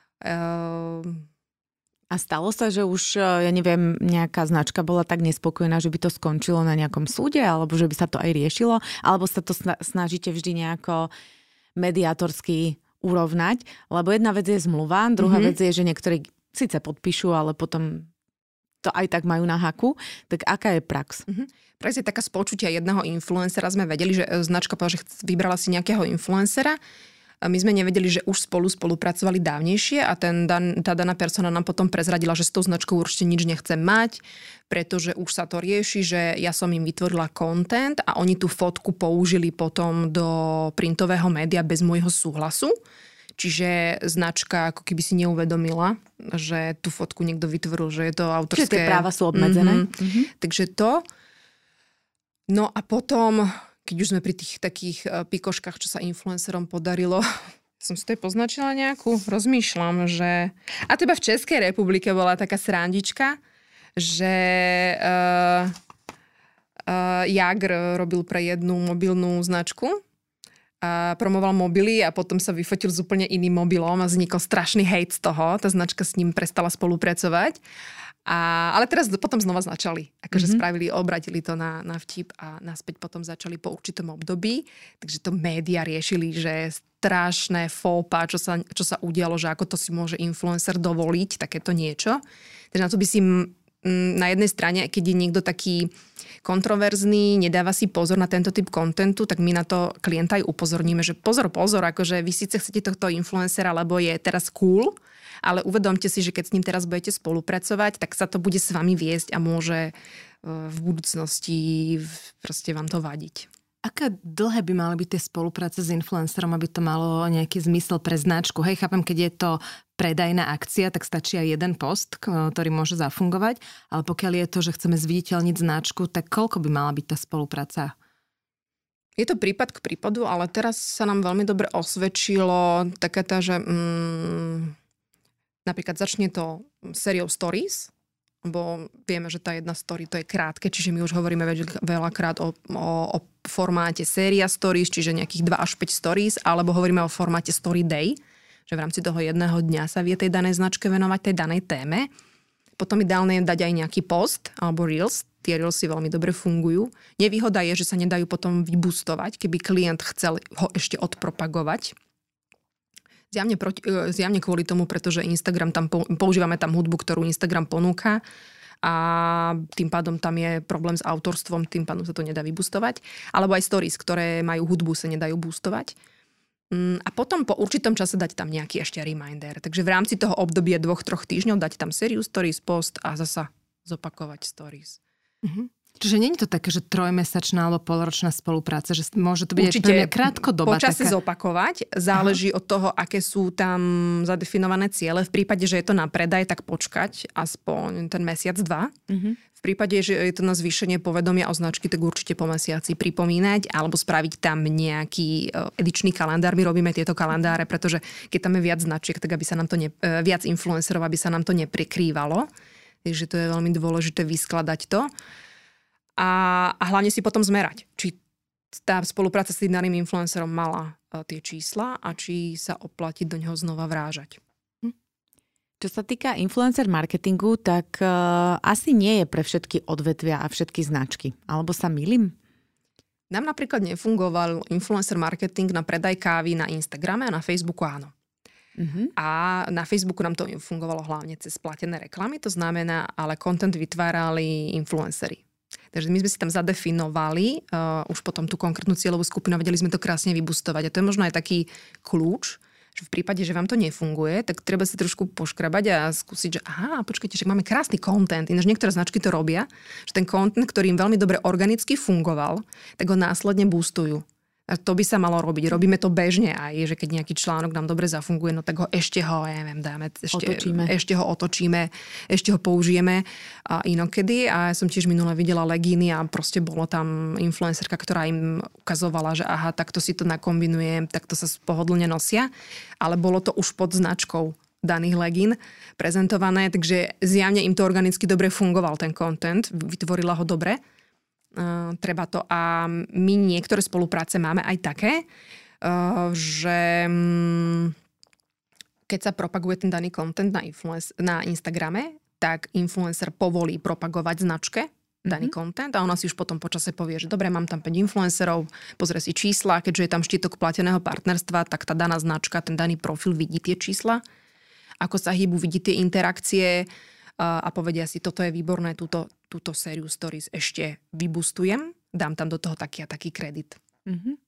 A stalo sa, že už, ja neviem, nejaká značka bola tak nespokojná, že by to skončilo na nejakom súde, alebo že by sa to aj riešilo, alebo sa to snažíte vždy nejako mediátorsky urovnať, lebo jedna vec je zmluva, druhá vec je, že niektorí síce podpíšu, ale potom to aj tak majú na haku, tak aká je prax? Prax je taká z počutia jedného influencera. Sme vedeli, že značka povedala, že vybrala si nejakého influencera. My sme nevedeli, že už spolupracovali dávnejšie a tá daná persona nám potom prezradila, že s tou značkou určite nič nechcem mať, pretože už sa to rieši, že ja som im vytvorila content a oni tú fotku použili potom do printového média bez môjho súhlasu. Čiže značka ako keby si neuvedomila, že tú fotku niekto vytvoril, že je to autorské. Čiže tie práva sú obmedzené. Takže to. No a potom, keď už sme pri tých takých pikoškách, čo sa influencerom podarilo, som si to aj poznačila nejakú, rozmýšľam, že... A teba v Českej republike bola taká srandička, že Jagr robil pre jednu mobilnú značku a promoval mobily a potom sa vyfotil s úplne iným mobilom a vznikol strašný hejt z toho. Tá značka s ním prestala spolupracovať. Ale teraz potom znova začali. Akože obratili to na vtip a naspäť potom začali po určitom období. Takže to média riešili, že strašné fópa, čo sa udialo, že ako to si môže influencer dovoliť, takéto niečo. Takže na to by si na jednej strane, keď je niekto taký kontroverzný, nedáva si pozor na tento typ kontentu, tak my na to klienta aj upozorníme, že pozor, akože vy síce chcete tohto influencera, lebo je teraz cool, ale uvedomte si, že keď s ním teraz budete spolupracovať, tak sa to bude s vami viesť a môže v budúcnosti proste vám to vadiť. Aké dlhé by mali byť tie spolupráce s influencerom, aby to malo nejaký zmysel pre značku? Hej, chápem, keď je to predajná akcia, tak stačí aj jeden post, ktorý môže zafungovať, ale pokiaľ je to, že chceme zviditeľniť značku, tak koľko by mala byť tá spolupráca? Je to prípad k prípadu, ale teraz sa nám veľmi dobre osvedčilo taká tá, že napríklad začne to sériou stories, lebo vieme, že tá jedna story to je krátke, čiže my už hovoríme veľakrát o formáte séria stories, čiže nejakých 2 až 5 stories, alebo hovoríme o formáte story day, že v rámci toho jedného dňa sa vie tej danej značke venovať, tej danej téme. Potom ideálne je dať aj nejaký post alebo reels. Tie reelsy veľmi dobre fungujú. Nevýhoda je, že sa nedajú potom vyboostovať, keby klient chcel ho ešte odpropagovať. Zjavne kvôli tomu, pretože Instagram používame tam hudbu, ktorú Instagram ponúka a tým pádom tam je problém s autorstvom, tým pádom sa to nedá vyboostovať. Alebo aj stories, ktoré majú hudbu, sa nedajú boostovať. A potom po určitom čase dať tam nejaký ešte reminder. Takže v rámci toho obdobia 2-3 týždňov dať tam sériu stories, post a zasa zopakovať stories. Čiže nie je to také, že 3-mesačná alebo polročná spolupráca, že môže to byť určite krátkodoba. Počasí zopakovať. Záleží od toho, aké sú tam zadefinované ciele. V prípade, že je to na predaj, tak počkať aspoň ten mesiac, 2. V prípade, že je to na zvýšenie povedomia o značky, tak určite po mesiaci pripomínať alebo spraviť tam nejaký edičný kalendár. My robíme tieto kalendáre, pretože keď tam je viac značiek, tak aby sa nám to viac influencerov, aby sa nám to neprekrývalo. Takže to je veľmi dôležité vyskladať to. A hlavne si potom zmerať, či tá spolupráca s tým daným influencerom mala tie čísla a či sa oplatí do neho znova vrážať. Čo sa týka influencer marketingu, tak asi nie je pre všetky odvetvia a všetky značky. Alebo sa mýlim? Nám napríklad nefungoval influencer marketing na predaj kávy na Instagrame a na Facebooku áno. A na Facebooku nám to fungovalo hlavne cez platené reklamy, to znamená, ale content vytvárali influencery. Takže my sme si tam zadefinovali už potom tú konkrétnu cieľovú skupinu a vedeli sme to krásne vybustovať. A to je možno aj taký kľúč, že v prípade, že vám to nefunguje, tak treba si trošku poškrabať a skúsiť, že počkajte, že máme krásny content. Ináč niektoré značky to robia, že ten content, ktorý im veľmi dobre organicky fungoval, tak ho následne boostujú. A to by sa malo robiť. Robíme to bežne aj, že keď nejaký článok nám dobre zafunguje, no tak ho ešte ho otočíme, ešte ho použijeme inokedy. A ja som tiež minule videla legíny a proste bolo tam influencerka, ktorá im ukazovala, že takto si to nakombinujem, takto sa pohodlne nosia. Ale bolo to už pod značkou daných legín prezentované, takže zjavne im to organicky dobre fungoval ten content, vytvorila ho dobre. Treba to. A my niektoré spolupráce máme aj také, že keď sa propaguje ten daný content na Instagrame, tak influencer povolí propagovať značke daný content a ona si už potom počase povie, že dobre, mám tam 5 influencerov, pozrie si čísla, keďže je tam štítok plateného partnerstva, tak tá daná značka, ten daný profil vidí tie čísla, ako sa hýbu, vidí tie interakcie a povedia si, toto je výborné, túto sériu stories ešte vybustujem, dám tam do toho taký a taký kredit.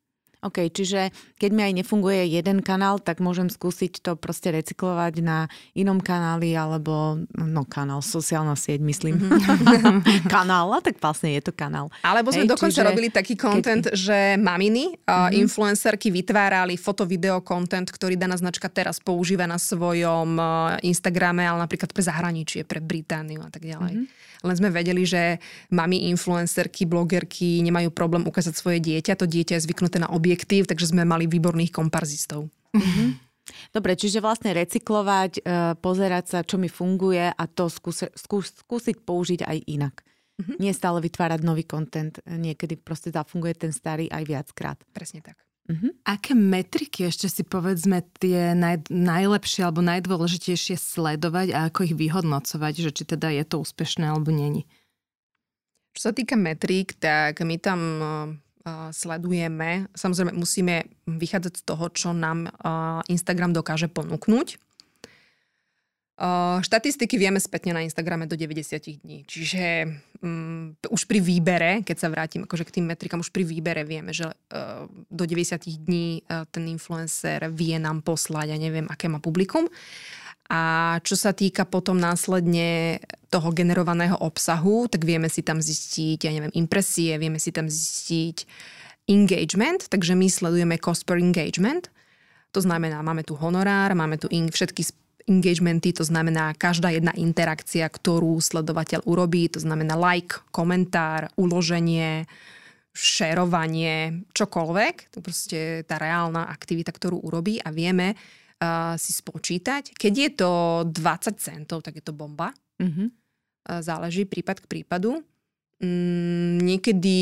OK, čiže keď mi aj nefunguje jeden kanál, tak môžem skúsiť to proste recyklovať na inom kanáli, alebo kanál, sociálna sieť, myslím. Kanál, a tak vlastne je to kanál. Alebo sme dokonca robili taký content, že maminy, influencerky vytvárali foto-video content, ktorý daná značka teraz používa na svojom Instagrame, ale napríklad pre zahraničie, pre Britániu a tak ďalej. Len sme vedeli, že mami influencerky, blogerky nemajú problém ukázať svoje dieťa. To dieťa je zvyknuté na objektív, takže sme mali výborných komparzistov. Dobre, čiže vlastne recyklovať, pozerať sa, čo mi funguje a to skúsiť použiť aj inak. Nie stále vytvárať nový content. Niekedy proste zafunguje ten starý aj viackrát. Presne tak. Aké metriky ešte si povedzme tie najlepšie alebo najdôležitejšie sledovať a ako ich vyhodnocovať, že či teda je to úspešné alebo není? Čo sa týka metrík, tak my tam sledujeme, samozrejme musíme vychádzať z toho, čo nám Instagram dokáže ponúknuť. Štatistiky vieme spätne na Instagrame do 90 dní. Čiže už pri výbere, keď sa vrátim akože k tým metrikám, už pri výbere vieme, že do 90 dní ten influencer vie nám poslať, ja neviem, aké má publikum. A čo sa týka potom následne toho generovaného obsahu, tak vieme si tam zistiť, ja neviem, impresie, vieme si tam zistiť engagement, takže my sledujeme cost per engagement. To znamená, máme tu honorár, máme tu všetky engagementy, to znamená každá jedna interakcia, ktorú sledovateľ urobí, to znamená like, komentár, uloženie, šerovanie, čokoľvek. To je proste tá reálna aktivita, ktorú urobí a vieme si spočítať. Keď je to 20 centov, tak je to bomba. Záleží prípad k prípadu. Niekedy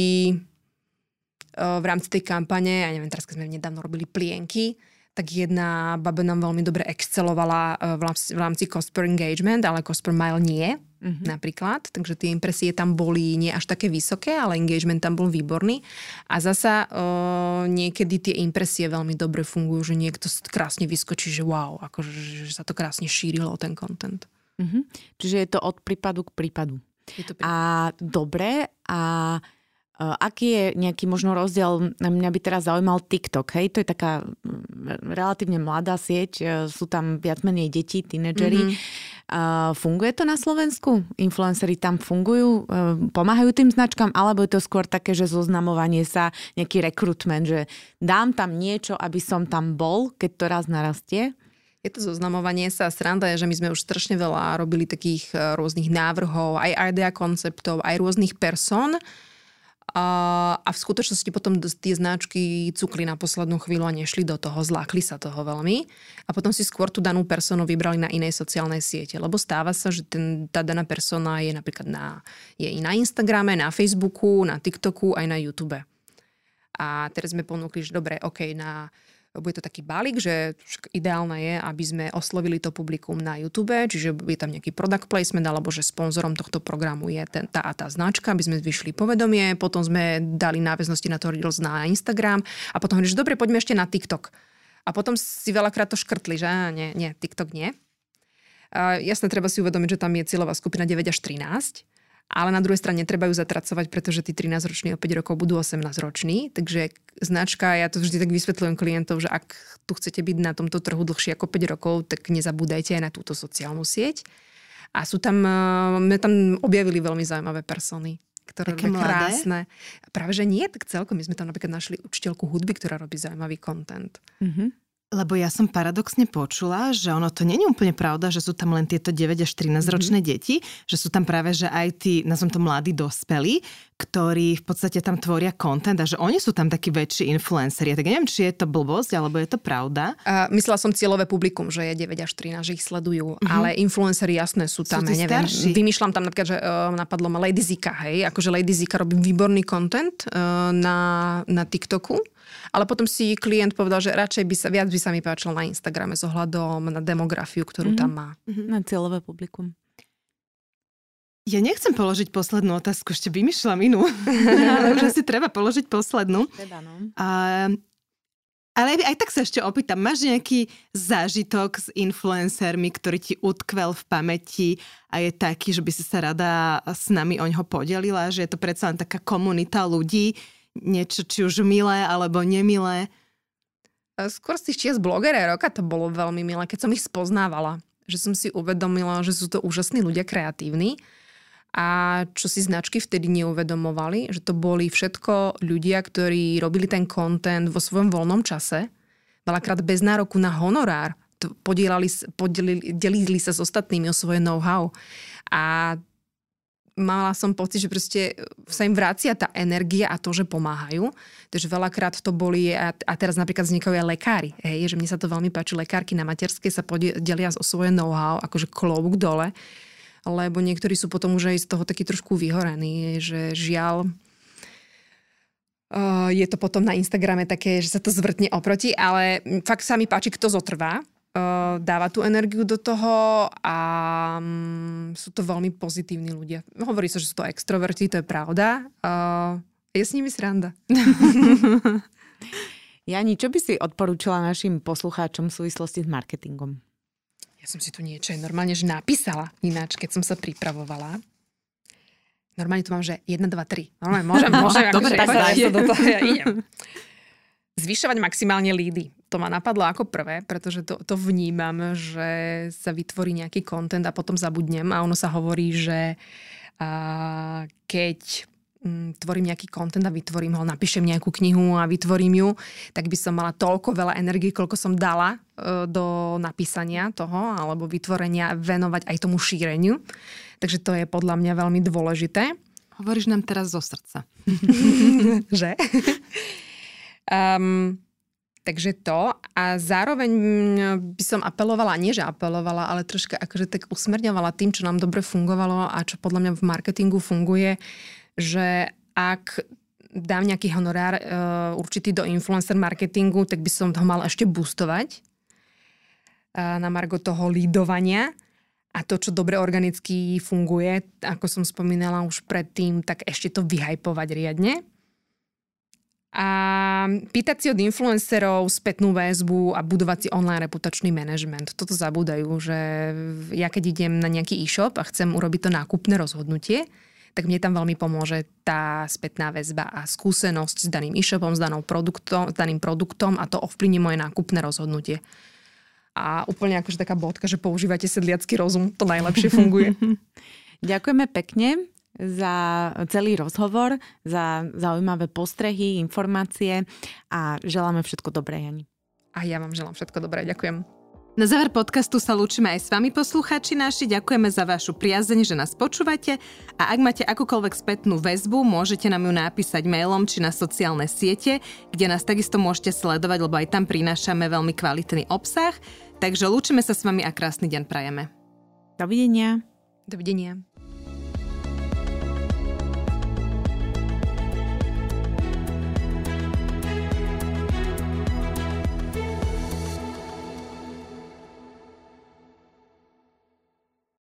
v rámci tej kampane, ja neviem, teraz keď sme nedávno robili plienky, tak jedna baba nám veľmi dobre excelovala v rámci cost per engagement, ale cost per mile nie, napríklad. Takže tie impresie tam boli nie až také vysoké, ale engagement tam bol výborný. A zasa niekedy tie impresie veľmi dobre fungujú, že niekto krásne vyskočí, že wow, akože že sa to krásne šírilo, ten content. Čiže je to od prípadu k prípadu. A dobre, a aký je nejaký možno rozdiel, mňa by teraz zaujímal TikTok, hej? To je taká relatívne mladá sieť, sú tam viac menej deti, tínedžeri. Funguje to na Slovensku? Influenceri tam fungujú? Pomáhajú tým značkám? Alebo je to skôr také, že zoznamovanie sa, nejaký rekrutment, že dám tam niečo, aby som tam bol, keď to raz narastie? Je to zoznamovanie sa. Sranda je, že my sme už strašne veľa robili takých rôznych návrhov, aj idea konceptov, aj rôznych person. A v skutočnosti potom tie značky cukli na poslednú chvíľu a nešli do toho, zlákli sa toho veľmi a potom si skôr tú danú personu vybrali na inej sociálnej siete, lebo stáva sa, že tá daná persona je napríklad je i na Instagrame, na Facebooku, na TikToku, aj na YouTube. A teraz sme ponúkli, že dobre, bude to taký balík, že ideálne je, aby sme oslovili to publikum na YouTube, čiže je tam nejaký product placement, alebo že sponzorom tohto programu je tá a tá značka, aby sme zvyšili povedomie, potom sme dali náväznosti na to Reels na Instagram a potom hovorili, že dobre, poďme ešte na TikTok. A potom si veľakrát to škrtli, že nie, TikTok nie. Jasne, treba si uvedomiť, že tam je cieľová skupina 9 až 13, ale na druhej strane treba ju zatracovať, pretože tí 13-roční o 5 rokov budú 18-roční. Takže značka, ja to vždy tak vysvetľujem klientov, že ak tu chcete byť na tomto trhu dlhšie ako 5 rokov, tak nezabúdajte aj na túto sociálnu sieť. A my tam objavili veľmi zaujímavé persony, ktoré sú krásne. Práve že nie, tak celkom. My sme tam napríklad našli učiteľku hudby, ktorá robí zaujímavý content. Lebo ja som paradoxne počula, že ono to nie je úplne pravda, že sú tam len tieto 9 až 13 ročné deti, že sú tam práve, že aj tí, nazvem to mladí dospelí, ktorí v podstate tam tvoria content a že oni sú tam takí väčší influenceri. Tak neviem, či je to blbosť, alebo je to pravda. Myslela som cieľové publikum, že je 9 až 13, že ich sledujú, ale influenceri jasné sú tam, sú neviem. Starší. Vymýšľam tam napríklad, že napadlo ma Lady Zika, hej, akože Lady Zika robí výborný content na TikToku. Ale potom si klient povedal, že radšej viac by sa mi páčilo na Instagrame s ohľadom na demografiu, ktorú tam má. Na cieľové publikum. Ja nechcem položiť poslednú otázku, ešte vymýšľam inú. Ale už asi treba položiť poslednú. Treba, no. Ale aj tak sa ešte opýtam, máš nejaký zážitok s influencermi, ktorý ti utkvel v pamäti a je taký, že by si sa rada s nami oňho podelila, že je to predsa len taká komunita ľudí. niečo, či už milé alebo nemilé? Skôr z tých čias blogera roka to bolo veľmi milé, keď som ich spoznávala. Že som si uvedomila, že sú to úžasní ľudia, kreatívni. A čo si značky vtedy neuvedomovali, že to boli všetko ľudia, ktorí robili ten content vo svojom voľnom čase, veľakrát bez nároku na honorár, delili sa s ostatnými o svoje know-how. A mala som pocit, že proste sa im vracia tá energia a to, že pomáhajú. Takže veľakrát to boli, a teraz napríklad vznikajú aj lekári, že mne sa to veľmi páči, lekárky na materskej sa delia o svoje know-how, akože klobúk dole, lebo niektorí sú potom už aj z toho taký trošku vyhorení, že žiaľ je to potom na Instagrame také, že sa to zvrtne oproti, ale fakt sa mi páči, kto zotrvá, dáva tú energiu do toho a sú to veľmi pozitívni ľudia. Hovorí sa, že sú to extroverti, to je pravda. Je s nimi sranda. Jani, čo by si odporúčila našim poslucháčom v súvislosti s marketingom? Ja som si tu niečo normálne že napísala ináč, keď som sa pripravovala. Normálne tu mám, že 1, 2, 3. Normálne môžem. Dobre, tak sa do toho, ja idem. Zvyšovať maximálne lídy. To ma napadlo ako prvé, pretože to vnímam, že sa vytvorí nejaký content a potom zabudnem a ono sa hovorí, že keď tvorím nejaký content a vytvorím ho, napíšem nejakú knihu a vytvorím ju, tak by som mala toľko veľa energie, koľko som dala do napísania toho alebo vytvorenia, venovať aj tomu šíreniu. Takže to je podľa mňa veľmi dôležité. Hovoríš nám teraz zo srdca. Že? Takže to. A zároveň by som apelovala, ale troška akože tak usmerňovala tým, čo nám dobre fungovalo a čo podľa mňa v marketingu funguje, že ak dám nejaký honorár určitý do influencer marketingu, tak by som ho mal ešte boostovať na margo toho lídovania. A to, čo dobre organicky funguje, ako som spomínala už predtým, tak ešte to vyhajpovať riadne. A pýtať si od influencerov spätnú väzbu a budovať si online reputačný manažment. Toto zabúdajú, že ja keď idem na nejaký e-shop a chcem urobiť to nákupné rozhodnutie, tak mne tam veľmi pomôže tá spätná väzba a skúsenosť s daným e-shopom, s daným produktom a to ovplyvní moje nákupné rozhodnutie. A úplne akože taká bodka, že používajte sedliacky rozum, to najlepšie funguje. Ďakujeme pekne za celý rozhovor, za zaujímavé postrehy, informácie a želáme všetko dobré, Jani. A ja vám želám všetko dobré, ďakujem. Na záver podcastu sa lúčime aj s vami, poslucháči naši. Ďakujeme za vašu priazeň, že nás počúvate a ak máte akúkoľvek spätnú väzbu, môžete nám ju napísať mailom či na sociálne siete, kde nás takisto môžete sledovať, lebo aj tam prinášame veľmi kvalitný obsah. Takže lúčime sa s vami a krásny deň prajeme. Dovidenia. Dovidenia.